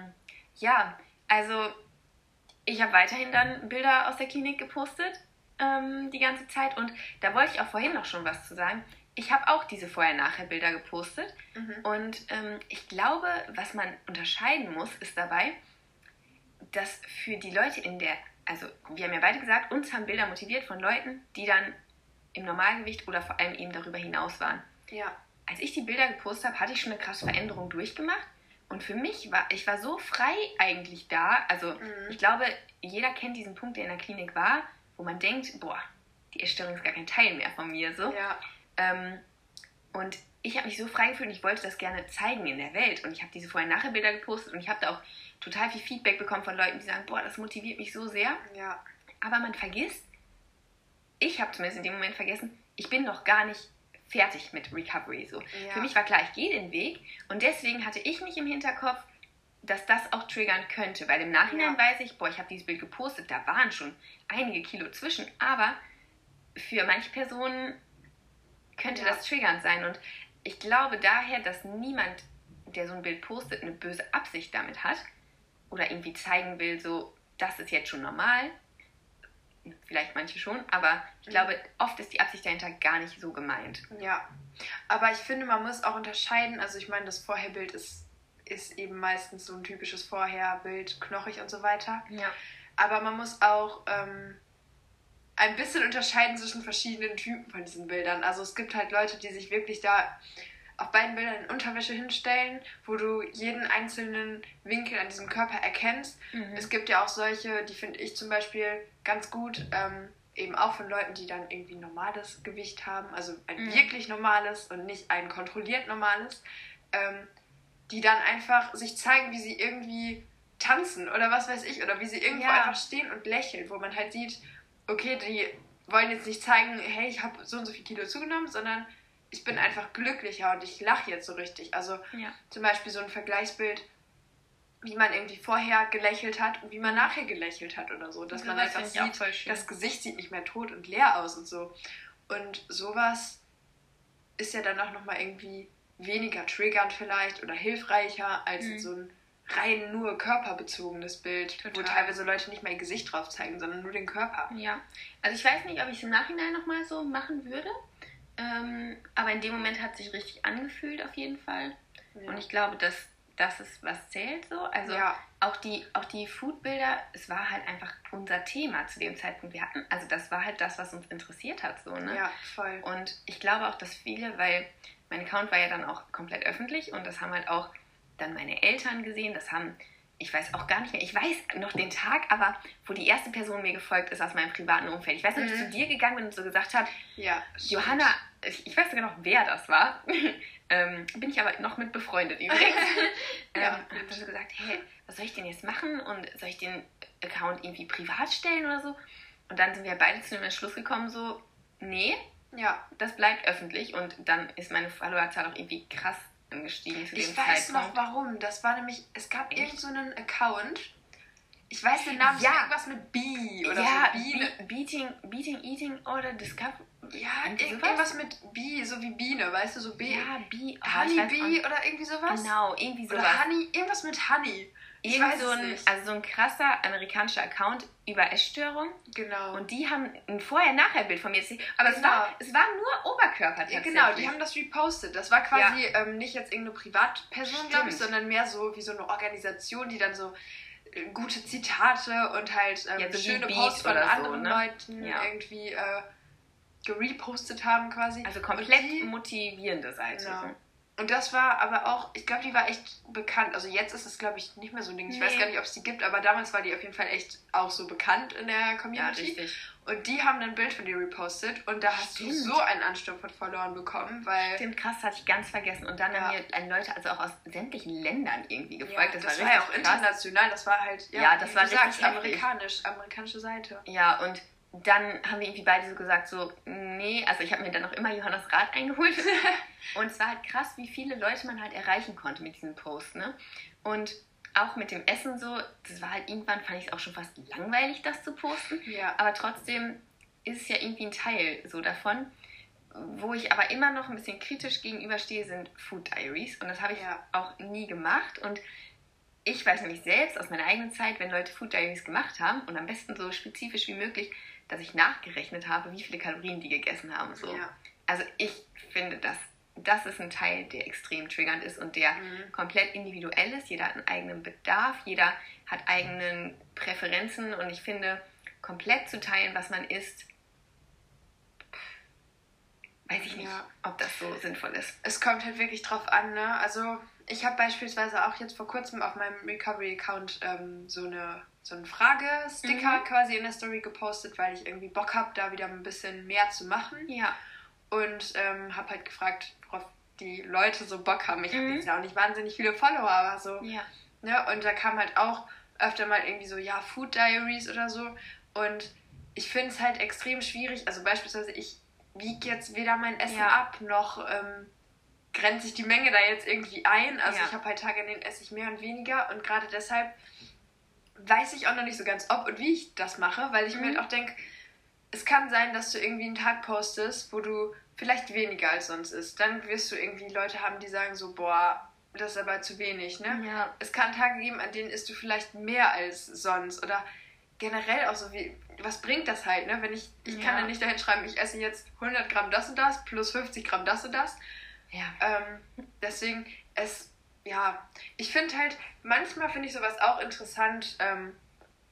also ich habe weiterhin dann Bilder aus der Klinik gepostet, die ganze Zeit. Und da wollte ich auch vorhin noch schon was zu sagen. Ich habe auch diese Vorher-Nachher-Bilder gepostet. Und ich glaube, was man unterscheiden muss, ist dabei, dass für die Leute also wir haben ja beide gesagt, uns haben Bilder motiviert von Leuten, die dann im Normalgewicht oder vor allem eben darüber hinaus waren. Ja. Als ich die Bilder gepostet habe, hatte ich schon eine krasse Veränderung durchgemacht und für mich ich war so frei eigentlich da, also ich glaube, jeder kennt diesen Punkt, der in der Klinik war, wo man denkt, die Essstörung ist gar kein Teil mehr von mir, so. Ja. Und ich habe mich so frei gefühlt und ich wollte das gerne zeigen in der Welt und ich habe diese Vorher-Nachher-Bilder gepostet und ich habe da auch total viel Feedback bekommen von Leuten, die sagen, das motiviert mich so sehr. Ja. Aber man vergisst, ich habe zumindest in dem Moment vergessen, ich bin noch gar nicht fertig mit Recovery. So. Ja. Für mich war klar, ich gehe den Weg und deswegen hatte ich nicht im Hinterkopf, dass das auch triggern könnte, weil im Nachhinein weiß ich, ich habe dieses Bild gepostet, da waren schon einige Kilo zwischen, aber für manche Personen könnte das triggernd sein und ich glaube daher, dass niemand, der so ein Bild postet, eine böse Absicht damit hat oder irgendwie zeigen will, so, das ist jetzt schon normal. Vielleicht manche schon, aber ich glaube, oft ist die Absicht dahinter gar nicht so gemeint. Ja, aber ich finde, man muss auch unterscheiden, also ich meine, das Vorherbild ist eben meistens so ein typisches Vorherbild, knochig und so weiter. Ja. Aber man muss auch ein bisschen unterscheiden zwischen verschiedenen Typen von diesen Bildern. Also es gibt halt Leute, die sich wirklich da auf beiden Bildern in Unterwäsche hinstellen, wo du jeden einzelnen Winkel an diesem Körper erkennst. Es gibt ja auch solche, die finde ich zum Beispiel ganz gut, eben auch von Leuten, die dann irgendwie ein normales Gewicht haben, also ein wirklich normales und nicht ein kontrolliert normales, die dann einfach sich zeigen, wie sie irgendwie tanzen oder was weiß ich, oder wie sie irgendwo einfach stehen und lächeln, wo man halt sieht, okay, die wollen jetzt nicht zeigen, hey, ich habe so und so viel Kilo zugenommen, sondern ich bin einfach glücklicher und ich lache jetzt so richtig. Also zum Beispiel so ein Vergleichsbild, wie man irgendwie vorher gelächelt hat und wie man nachher gelächelt hat oder so. Dass man einfach sieht, das Gesicht sieht nicht mehr tot und leer aus und so. Und sowas ist ja dann auch nochmal irgendwie weniger triggernd vielleicht oder hilfreicher als so ein rein nur körperbezogenes Bild, wo teilweise Leute nicht mal ihr Gesicht drauf zeigen, sondern nur den Körper. Ja, also ich weiß nicht, ob ich es im Nachhinein nochmal so machen würde, aber in dem Moment hat es sich richtig angefühlt auf jeden Fall. Ja. Und ich glaube, dass das ist, was zählt so. Also auch die Foodbilder, es war halt einfach unser Thema zu dem Zeitpunkt. Also das war halt das, was uns interessiert hat. So, ne? Ja, voll. Und ich glaube auch, dass viele, weil mein Account war ja dann auch komplett öffentlich und das haben halt auch dann meine Eltern gesehen, das haben, ich weiß auch gar nicht mehr, ich weiß noch den Tag, aber wo die erste Person mir gefolgt ist aus meinem privaten Umfeld. Ich weiß nicht, ob ich zu dir gegangen bin und so gesagt habe, Johanna, ich weiß sogar noch, wer das war, bin ich aber noch mit befreundet übrigens. Und habe dann so gesagt, hey, was soll ich denn jetzt machen und soll ich den Account irgendwie privat stellen oder so? Und dann sind wir beide zu dem Entschluss gekommen, so, nee, das bleibt öffentlich und dann ist meine Followerzahl auch irgendwie krass angestiegen zu dem Zeitpunkt. Ich weiß noch warum. Das war nämlich, es gab irgend so einen Account. Ich weiß den Namen, irgendwas mit B oder so. Beating, Eating oder Discover. Ja, irgendwas mit B, so wie Biene, weißt du, so B. Ja, B. Honey Bee oder irgendwie sowas. Genau, irgendwie sowas. Oder Honey, irgendwas mit Honey. Ich weiß so ein, also so ein krasser amerikanischer Account über Essstörung. Genau. Und die haben ein Vorher-Nachher-Bild von mir gesehen. Aber es war nur Oberkörper tatsächlich. Ja, genau, die haben das repostet. Das war quasi nicht jetzt irgendeine Privatperson, glaube ich, sondern mehr so wie so eine Organisation, die dann so gute Zitate und halt so schöne Posts von anderen Leuten irgendwie gerepostet haben quasi. Also komplett motivierende Seite. Genau. Und das war aber auch, ich glaube, die war echt bekannt. Also jetzt ist es, glaube ich, nicht mehr so ein Ding. Ich weiß gar nicht, ob es die gibt, aber damals war die auf jeden Fall echt auch so bekannt in der Community. Ja, richtig. Und die haben ein Bild von dir repostet und da hast du so einen Ansturm von Followern bekommen, weil... Stimmt, krass, das hatte ich ganz vergessen. Und dann haben mir Leute also auch aus sämtlichen Ländern irgendwie gefolgt. Ja, das war ja auch international, das war halt, das war richtig amerikanische Seite. Ja, und dann haben wir irgendwie beide so gesagt, so, nee, also ich habe mir dann noch immer Johannas Rat eingeholt. Und es war halt krass, wie viele Leute man halt erreichen konnte mit diesem Post, ne? Und auch mit dem Essen so, das war halt irgendwann, fand ich es auch schon fast langweilig, das zu posten. Ja. Aber trotzdem ist es ja irgendwie ein Teil so davon. Wo ich aber immer noch ein bisschen kritisch gegenüberstehe, sind Food Diaries. Und das habe ich auch nie gemacht. Und ich weiß nämlich selbst aus meiner eigenen Zeit, wenn Leute Food Diaries gemacht haben und am besten so spezifisch wie möglich, dass ich nachgerechnet habe, wie viele Kalorien die gegessen haben. So. Ja. Also ich finde, das ist ein Teil, der extrem triggernd ist und der komplett individuell ist. Jeder hat einen eigenen Bedarf, jeder hat eigene Präferenzen und ich finde, komplett zu teilen, was man isst, weiß ich nicht, ob das so sinnvoll ist. Es kommt halt wirklich drauf an, ne? Also ich habe beispielsweise auch jetzt vor kurzem auf meinem Recovery-Account so einen Fragesticker quasi in der Story gepostet, weil ich irgendwie Bock habe, da wieder ein bisschen mehr zu machen. Ja. Und habe halt gefragt, worauf die Leute so Bock haben. Ich habe jetzt ja auch nicht wahnsinnig viele Follower, aber so. Ja. Ne? Und da kam halt auch öfter mal irgendwie so, Food Diaries oder so. Und ich finde es halt extrem schwierig. Also beispielsweise, ich wiege jetzt weder mein Essen ab, noch grenze ich die Menge da jetzt irgendwie ein. Also ich habe halt Tage, in denen esse ich mehr und weniger. Und gerade deshalb weiß ich auch noch nicht so ganz, ob und wie ich das mache, weil ich mir halt auch denke, es kann sein, dass du irgendwie einen Tag postest, wo du vielleicht weniger als sonst isst. Dann wirst du irgendwie Leute haben, die sagen so, boah, das ist aber zu wenig, ne? Ja. Es kann Tage geben, an denen isst du vielleicht mehr als sonst. Oder generell auch so wie, was bringt das halt, ne? Wenn ich kann ja nicht dahin schreiben, ich esse jetzt 100 Gramm das und das, plus 50 Gramm das und das. Ja. Deswegen, ich finde halt, manchmal finde ich sowas auch interessant,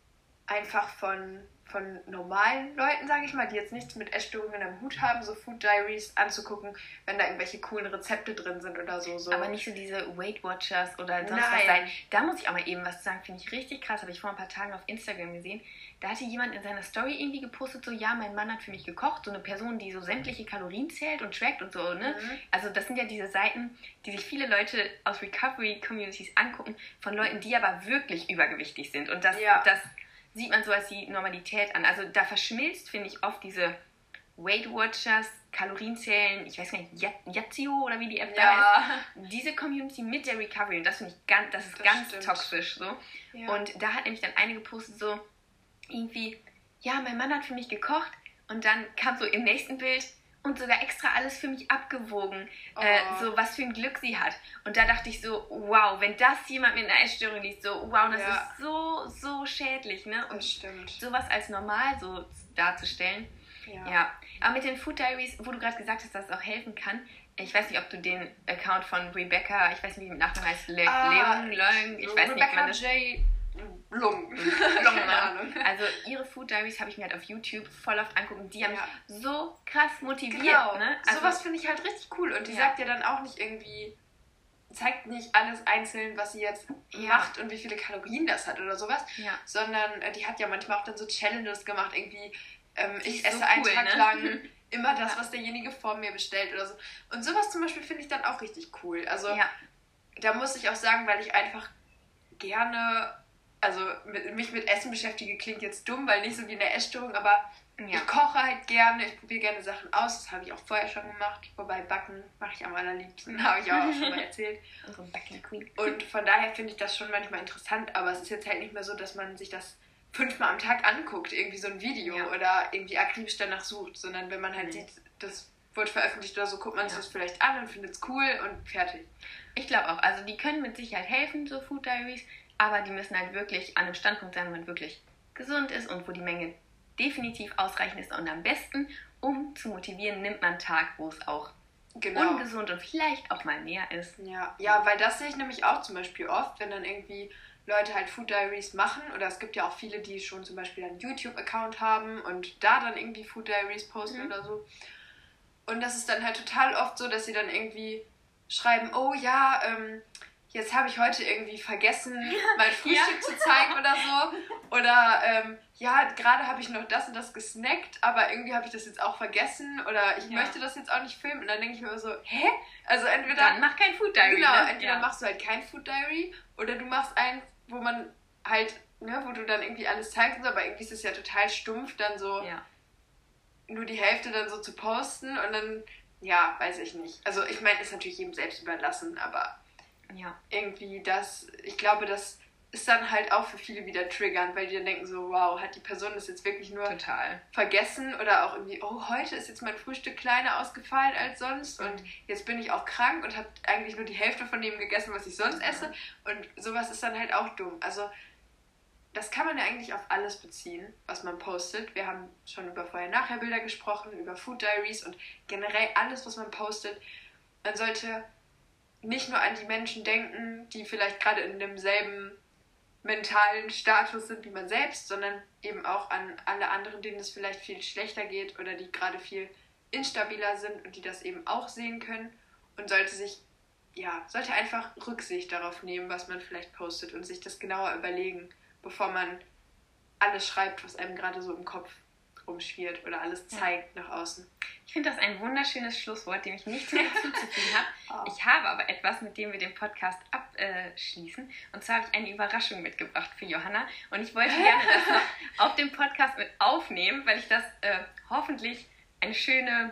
einfach von normalen Leuten, sage ich mal, die jetzt nichts mit Essstörungen am Hut haben, so Food Diaries anzugucken, wenn da irgendwelche coolen Rezepte drin sind oder so. Aber nicht so diese Weight Watchers oder sonst was sein. Da muss ich auch mal eben was sagen, finde ich richtig krass, habe ich vor ein paar Tagen auf Instagram gesehen. Da hatte jemand in seiner Story irgendwie gepostet, so, ja, mein Mann hat für mich gekocht, so eine Person, die so sämtliche Kalorien zählt und trackt und so, ne? Also das sind ja diese Seiten, die sich viele Leute aus Recovery-Communities angucken, von Leuten, die aber wirklich übergewichtig sind. Und das sieht man so als die Normalität an. Also da verschmilzt, finde ich, oft diese Weight Watchers, Kalorienzählen, ich weiß gar nicht, Yazio oder wie die App da heißt, diese Community mit der Recovery. Und das finde ich ganz toxisch so. Ja. Und da hat nämlich dann eine gepostet so, irgendwie, ja, mein Mann hat für mich gekocht und dann kam so im nächsten Bild und sogar extra alles für mich abgewogen, so was für ein Glück sie hat. Und da dachte ich so, wow, wenn das jemand mit einer Essstörung liest, so, wow, das ist so schädlich, ne? Und sowas als normal so darzustellen. Ja. Aber mit den Food Diaries, wo du gerade gesagt hast, dass es auch helfen kann, ich weiß nicht, ob du den Account von Rebecca, ich weiß nicht, wie der Nachname heißt, Leung, ich weiß nicht, wie man das... Lung. Keine Ahnung. Also ihre Food Diaries habe ich mir halt auf YouTube voll oft angucken. Die haben mich so krass motiviert. Genau. Ne? Also, sowas finde ich halt richtig cool. Und die sagt ja dann auch nicht irgendwie, zeigt nicht alles einzeln, was sie jetzt macht und wie viele Kalorien das hat oder sowas. Ja. Sondern die hat ja manchmal auch dann so Challenges gemacht. Irgendwie, ich esse so einen Tag lang immer das, was derjenige vor mir bestellt oder so. Und sowas zum Beispiel finde ich dann auch richtig cool. Also da muss ich auch sagen, weil ich einfach gerne... Also mich mit Essen beschäftige, klingt jetzt dumm, weil nicht so wie in der Essstörung, aber ich koche halt gerne, ich probiere gerne Sachen aus, das habe ich auch vorher schon gemacht, wobei Backen mache ich am allerliebsten, habe ich auch schon mal erzählt. Und von daher finde ich das schon manchmal interessant, aber es ist jetzt halt nicht mehr so, dass man sich das 5-mal am Tag anguckt, irgendwie so ein Video oder irgendwie akribisch danach sucht, sondern wenn man halt sieht, das wird veröffentlicht oder so, guckt man sich das vielleicht an und findet es cool und fertig. Ich glaube auch, also die können mit Sicherheit helfen, so Food Diaries, aber die müssen halt wirklich an einem Standpunkt sein, wo man wirklich gesund ist und wo die Menge definitiv ausreichend ist. Und am besten, um zu motivieren, nimmt man einen Tag, wo es auch ungesund und vielleicht auch mal mehr ist. Ja, weil das sehe ich nämlich auch zum Beispiel oft, wenn dann irgendwie Leute halt Food Diaries machen. Oder es gibt ja auch viele, die schon zum Beispiel einen YouTube-Account haben und da dann irgendwie Food Diaries posten oder so. Und das ist dann halt total oft so, dass sie dann irgendwie schreiben, oh ja, jetzt habe ich heute irgendwie vergessen, mein Frühstück zu zeigen oder so. Oder, gerade habe ich noch das und das gesnackt, aber irgendwie habe ich das jetzt auch vergessen oder ich möchte das jetzt auch nicht filmen. Und dann denke ich mir immer so, hä? Also entweder... Dann mach kein Food Diary. Genau, entweder machst du halt kein Food Diary oder du machst eins, wo man halt, wo du dann irgendwie alles zeigst, aber irgendwie ist es ja total stumpf, dann so nur die Hälfte dann so zu posten und dann, weiß ich nicht. Also ich meine, ist natürlich jedem selbst überlassen, aber... irgendwie ich glaube, das ist dann halt auch für viele wieder triggernd, weil die dann denken so, wow, hat die Person das jetzt wirklich nur vergessen oder auch irgendwie, oh, heute ist jetzt mein Frühstück kleiner ausgefallen als sonst und jetzt bin ich auch krank und habe eigentlich nur die Hälfte von dem gegessen, was ich sonst esse und sowas ist dann halt auch dumm. Also das kann man ja eigentlich auf alles beziehen, was man postet. Wir haben schon über Vorher-Nachher-Bilder gesprochen, über Food Diaries und generell alles, was man postet. Man sollte nicht nur an die Menschen denken, die vielleicht gerade in demselben mentalen Status sind wie man selbst, sondern eben auch an alle anderen, denen es vielleicht viel schlechter geht oder die gerade viel instabiler sind und die das eben auch sehen können und sollte einfach Rücksicht darauf nehmen, was man vielleicht postet und sich das genauer überlegen, bevor man alles schreibt, was einem gerade so im Kopf rumschwirrt oder alles zeigt nach außen. Ich finde das ein wunderschönes Schlusswort, dem ich nichts mehr hinzuzufügen habe. Ich habe aber etwas, mit dem wir den Podcast abschließen. Und zwar habe ich eine Überraschung mitgebracht für Johanna. Und ich wollte gerne das noch auf dem Podcast mit aufnehmen, weil ich das hoffentlich eine schön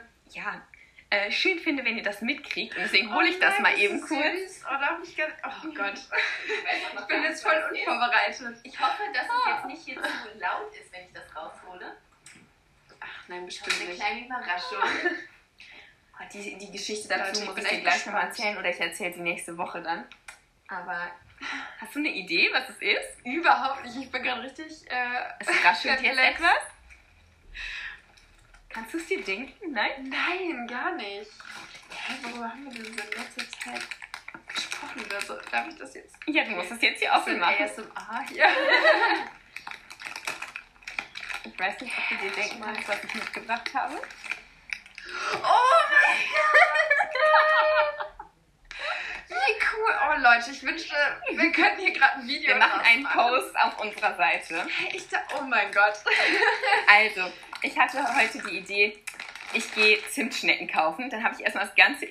finde, wenn ihr das mitkriegt. Und deswegen hole ich das mal eben kurz. Oh Gott. Ich bin jetzt voll unvorbereitet. Ich hoffe, dass es jetzt nicht hier zu laut ist, wenn ich das raushole. Ach nein, bestimmt nicht. Eine kleine Überraschung. Die Geschichte dazu muss ich dir gleich noch erzählen oder ich erzähle sie nächste Woche dann. Aber hast du eine Idee, was es ist? Überhaupt nicht. Ich bin gerade richtig... Es raschelt jetzt etwas? Kannst du es dir denken? Nein? Nein, gar nicht. Worüber haben wir denn in letzter Zeit gesprochen oder so? Darf ich das jetzt? Ja, du musst das jetzt hier offen machen. ASMR hier. Ich weiß nicht, ob du dir denken kannst, was ich mitgebracht habe. Oh mein Gott! Wie cool. Oh Leute, ich wünschte, wir könnten hier gerade ein Video Wir machen einen machen. Post auf unserer Seite. Oh mein Gott. Also, ich hatte heute die Idee, ich gehe Zimtschnecken kaufen. Dann habe ich erstmal das ganze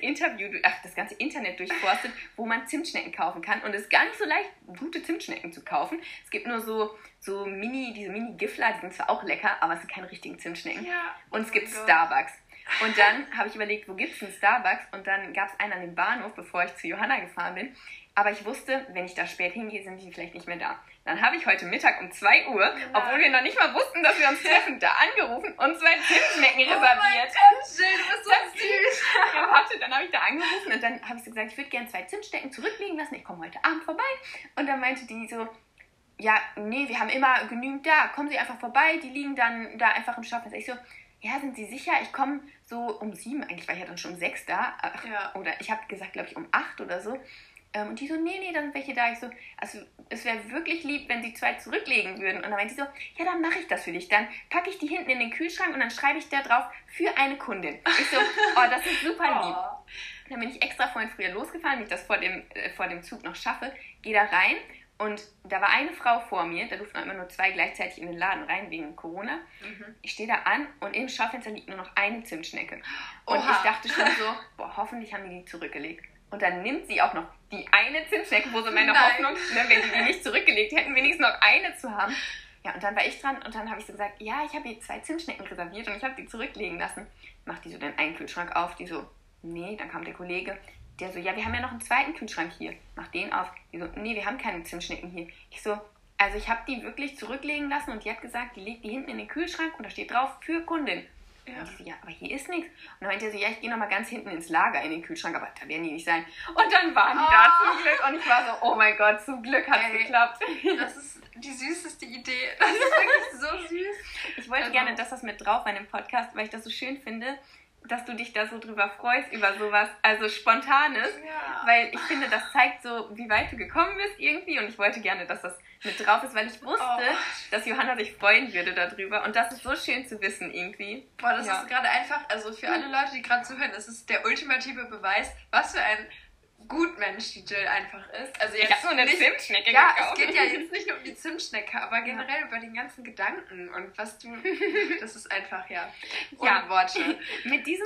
Internet durchforstet, wo man Zimtschnecken kaufen kann. Und es ist gar nicht so leicht, gute Zimtschnecken zu kaufen. Es gibt nur diese Mini-Gifler, die sind zwar auch lecker, aber es sind keine richtigen Zimtschnecken. Ja. Und es gibt Starbucks. Und dann habe ich überlegt, wo gibt es einen Starbucks? Und dann gab es einen an dem Bahnhof, bevor ich zu Johanna gefahren bin. Aber ich wusste, wenn ich da spät hingehe, sind die vielleicht nicht mehr da. Dann habe ich heute Mittag um 2 Uhr, obwohl wir noch nicht mal wussten, dass wir uns treffen, da angerufen und 2 Zimtschnecken reserviert. Oh mein Gott, Jill, du bist so süß. Ja, warte, dann habe ich da angerufen und dann habe ich so gesagt, ich würde gerne 2 Zimtschnecken zurücklegen lassen. Ich komme heute Abend vorbei. Und dann meinte die so, ja, nee, wir haben immer genügend da. Kommen Sie einfach vorbei, die liegen dann da einfach im Schaufenster. Ich so, ja, sind Sie sicher? Ich komme so um 7, eigentlich war ich ja dann schon um 6 da. Oder ich habe gesagt, glaube ich, um 8 oder so. Und die so, nee, dann sind welche da. Ich so, also es wäre wirklich lieb, wenn Sie 2 zurücklegen würden. Und dann meinte sie so, ja, dann mache ich das für dich. Dann packe ich die hinten in den Kühlschrank und dann schreibe ich da drauf, für eine Kundin. Ich so, oh, das ist super lieb. Dann bin ich extra vorhin früher losgefahren, damit ich das vor dem Zug noch schaffe. Gehe da rein. Und da war eine Frau vor mir, da durften immer nur 2 gleichzeitig in den Laden rein, wegen Corona. Ich stehe da an und im Schaufenster liegt nur noch eine Zimtschnecke. Und ich dachte schon so, boah, hoffentlich haben die zurückgelegt. Und dann nimmt sie auch noch die eine Zimtschnecke, wo so meine Hoffnung, ne, wenn die nicht zurückgelegt hätten, wenigstens noch eine zu haben. Ja, und dann war ich dran und dann habe ich so gesagt, ja, ich habe hier 2 Zimtschnecken reserviert und ich habe die zurücklegen lassen. Macht die so den einen Kühlschrank auf, die so, nee, dann kam der Kollege. Der so, ja, wir haben ja noch einen zweiten Kühlschrank hier. Mach den auf. Die so, nee, wir haben keine Zimtschnecken hier. Ich so, also ich habe die wirklich zurücklegen lassen und die hat gesagt, die legt die hinten in den Kühlschrank und da steht drauf, für Kundin. Ja. Und die so, ja, aber hier ist nichts. Und dann meinte er so, ja, ich gehe nochmal ganz hinten ins Lager in den Kühlschrank, aber da werden die nicht sein. Und dann waren die da zum Glück und ich war so, oh mein Gott, zum Glück hat es geklappt. Das ist die süßeste Idee. Das ist wirklich so süß. Ich wollte gerne, dass das mit drauf war in dem Podcast, weil ich das so schön finde, dass du dich da so drüber freust, über sowas, also Spontanes, weil ich finde, das zeigt so, wie weit du gekommen bist irgendwie und ich wollte gerne, dass das mit drauf ist, weil ich wusste, dass Johanna sich freuen würde darüber und das ist so schön zu wissen irgendwie. Boah, das ist gerade einfach, also für alle Leute, die gerade zuhören, das ist der ultimative Beweis, was für ein Gutmensch die Jill einfach ist. Also jetzt ich habe nur eine Zimtschnecke gekauft. Ja, es geht ja jetzt nicht nur um die Zimtschnecke, aber generell über den ganzen Gedanken und was du, das ist einfach, ohne Worte. Mit diesen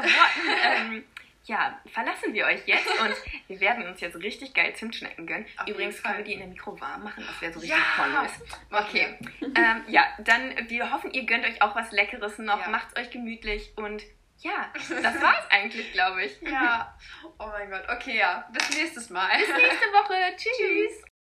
Worten, verlassen wir euch jetzt und wir werden uns jetzt richtig geil Zimtschnecken gönnen. Übrigens können wir die in der Mikro warm machen, das wäre so richtig toll ist. Okay, dann wir hoffen, ihr gönnt euch auch was Leckeres noch, macht's euch gemütlich und ja, das war's eigentlich, glaube ich. Ja, oh mein Gott, okay, bis nächstes Mal. Bis nächste Woche, tschüss.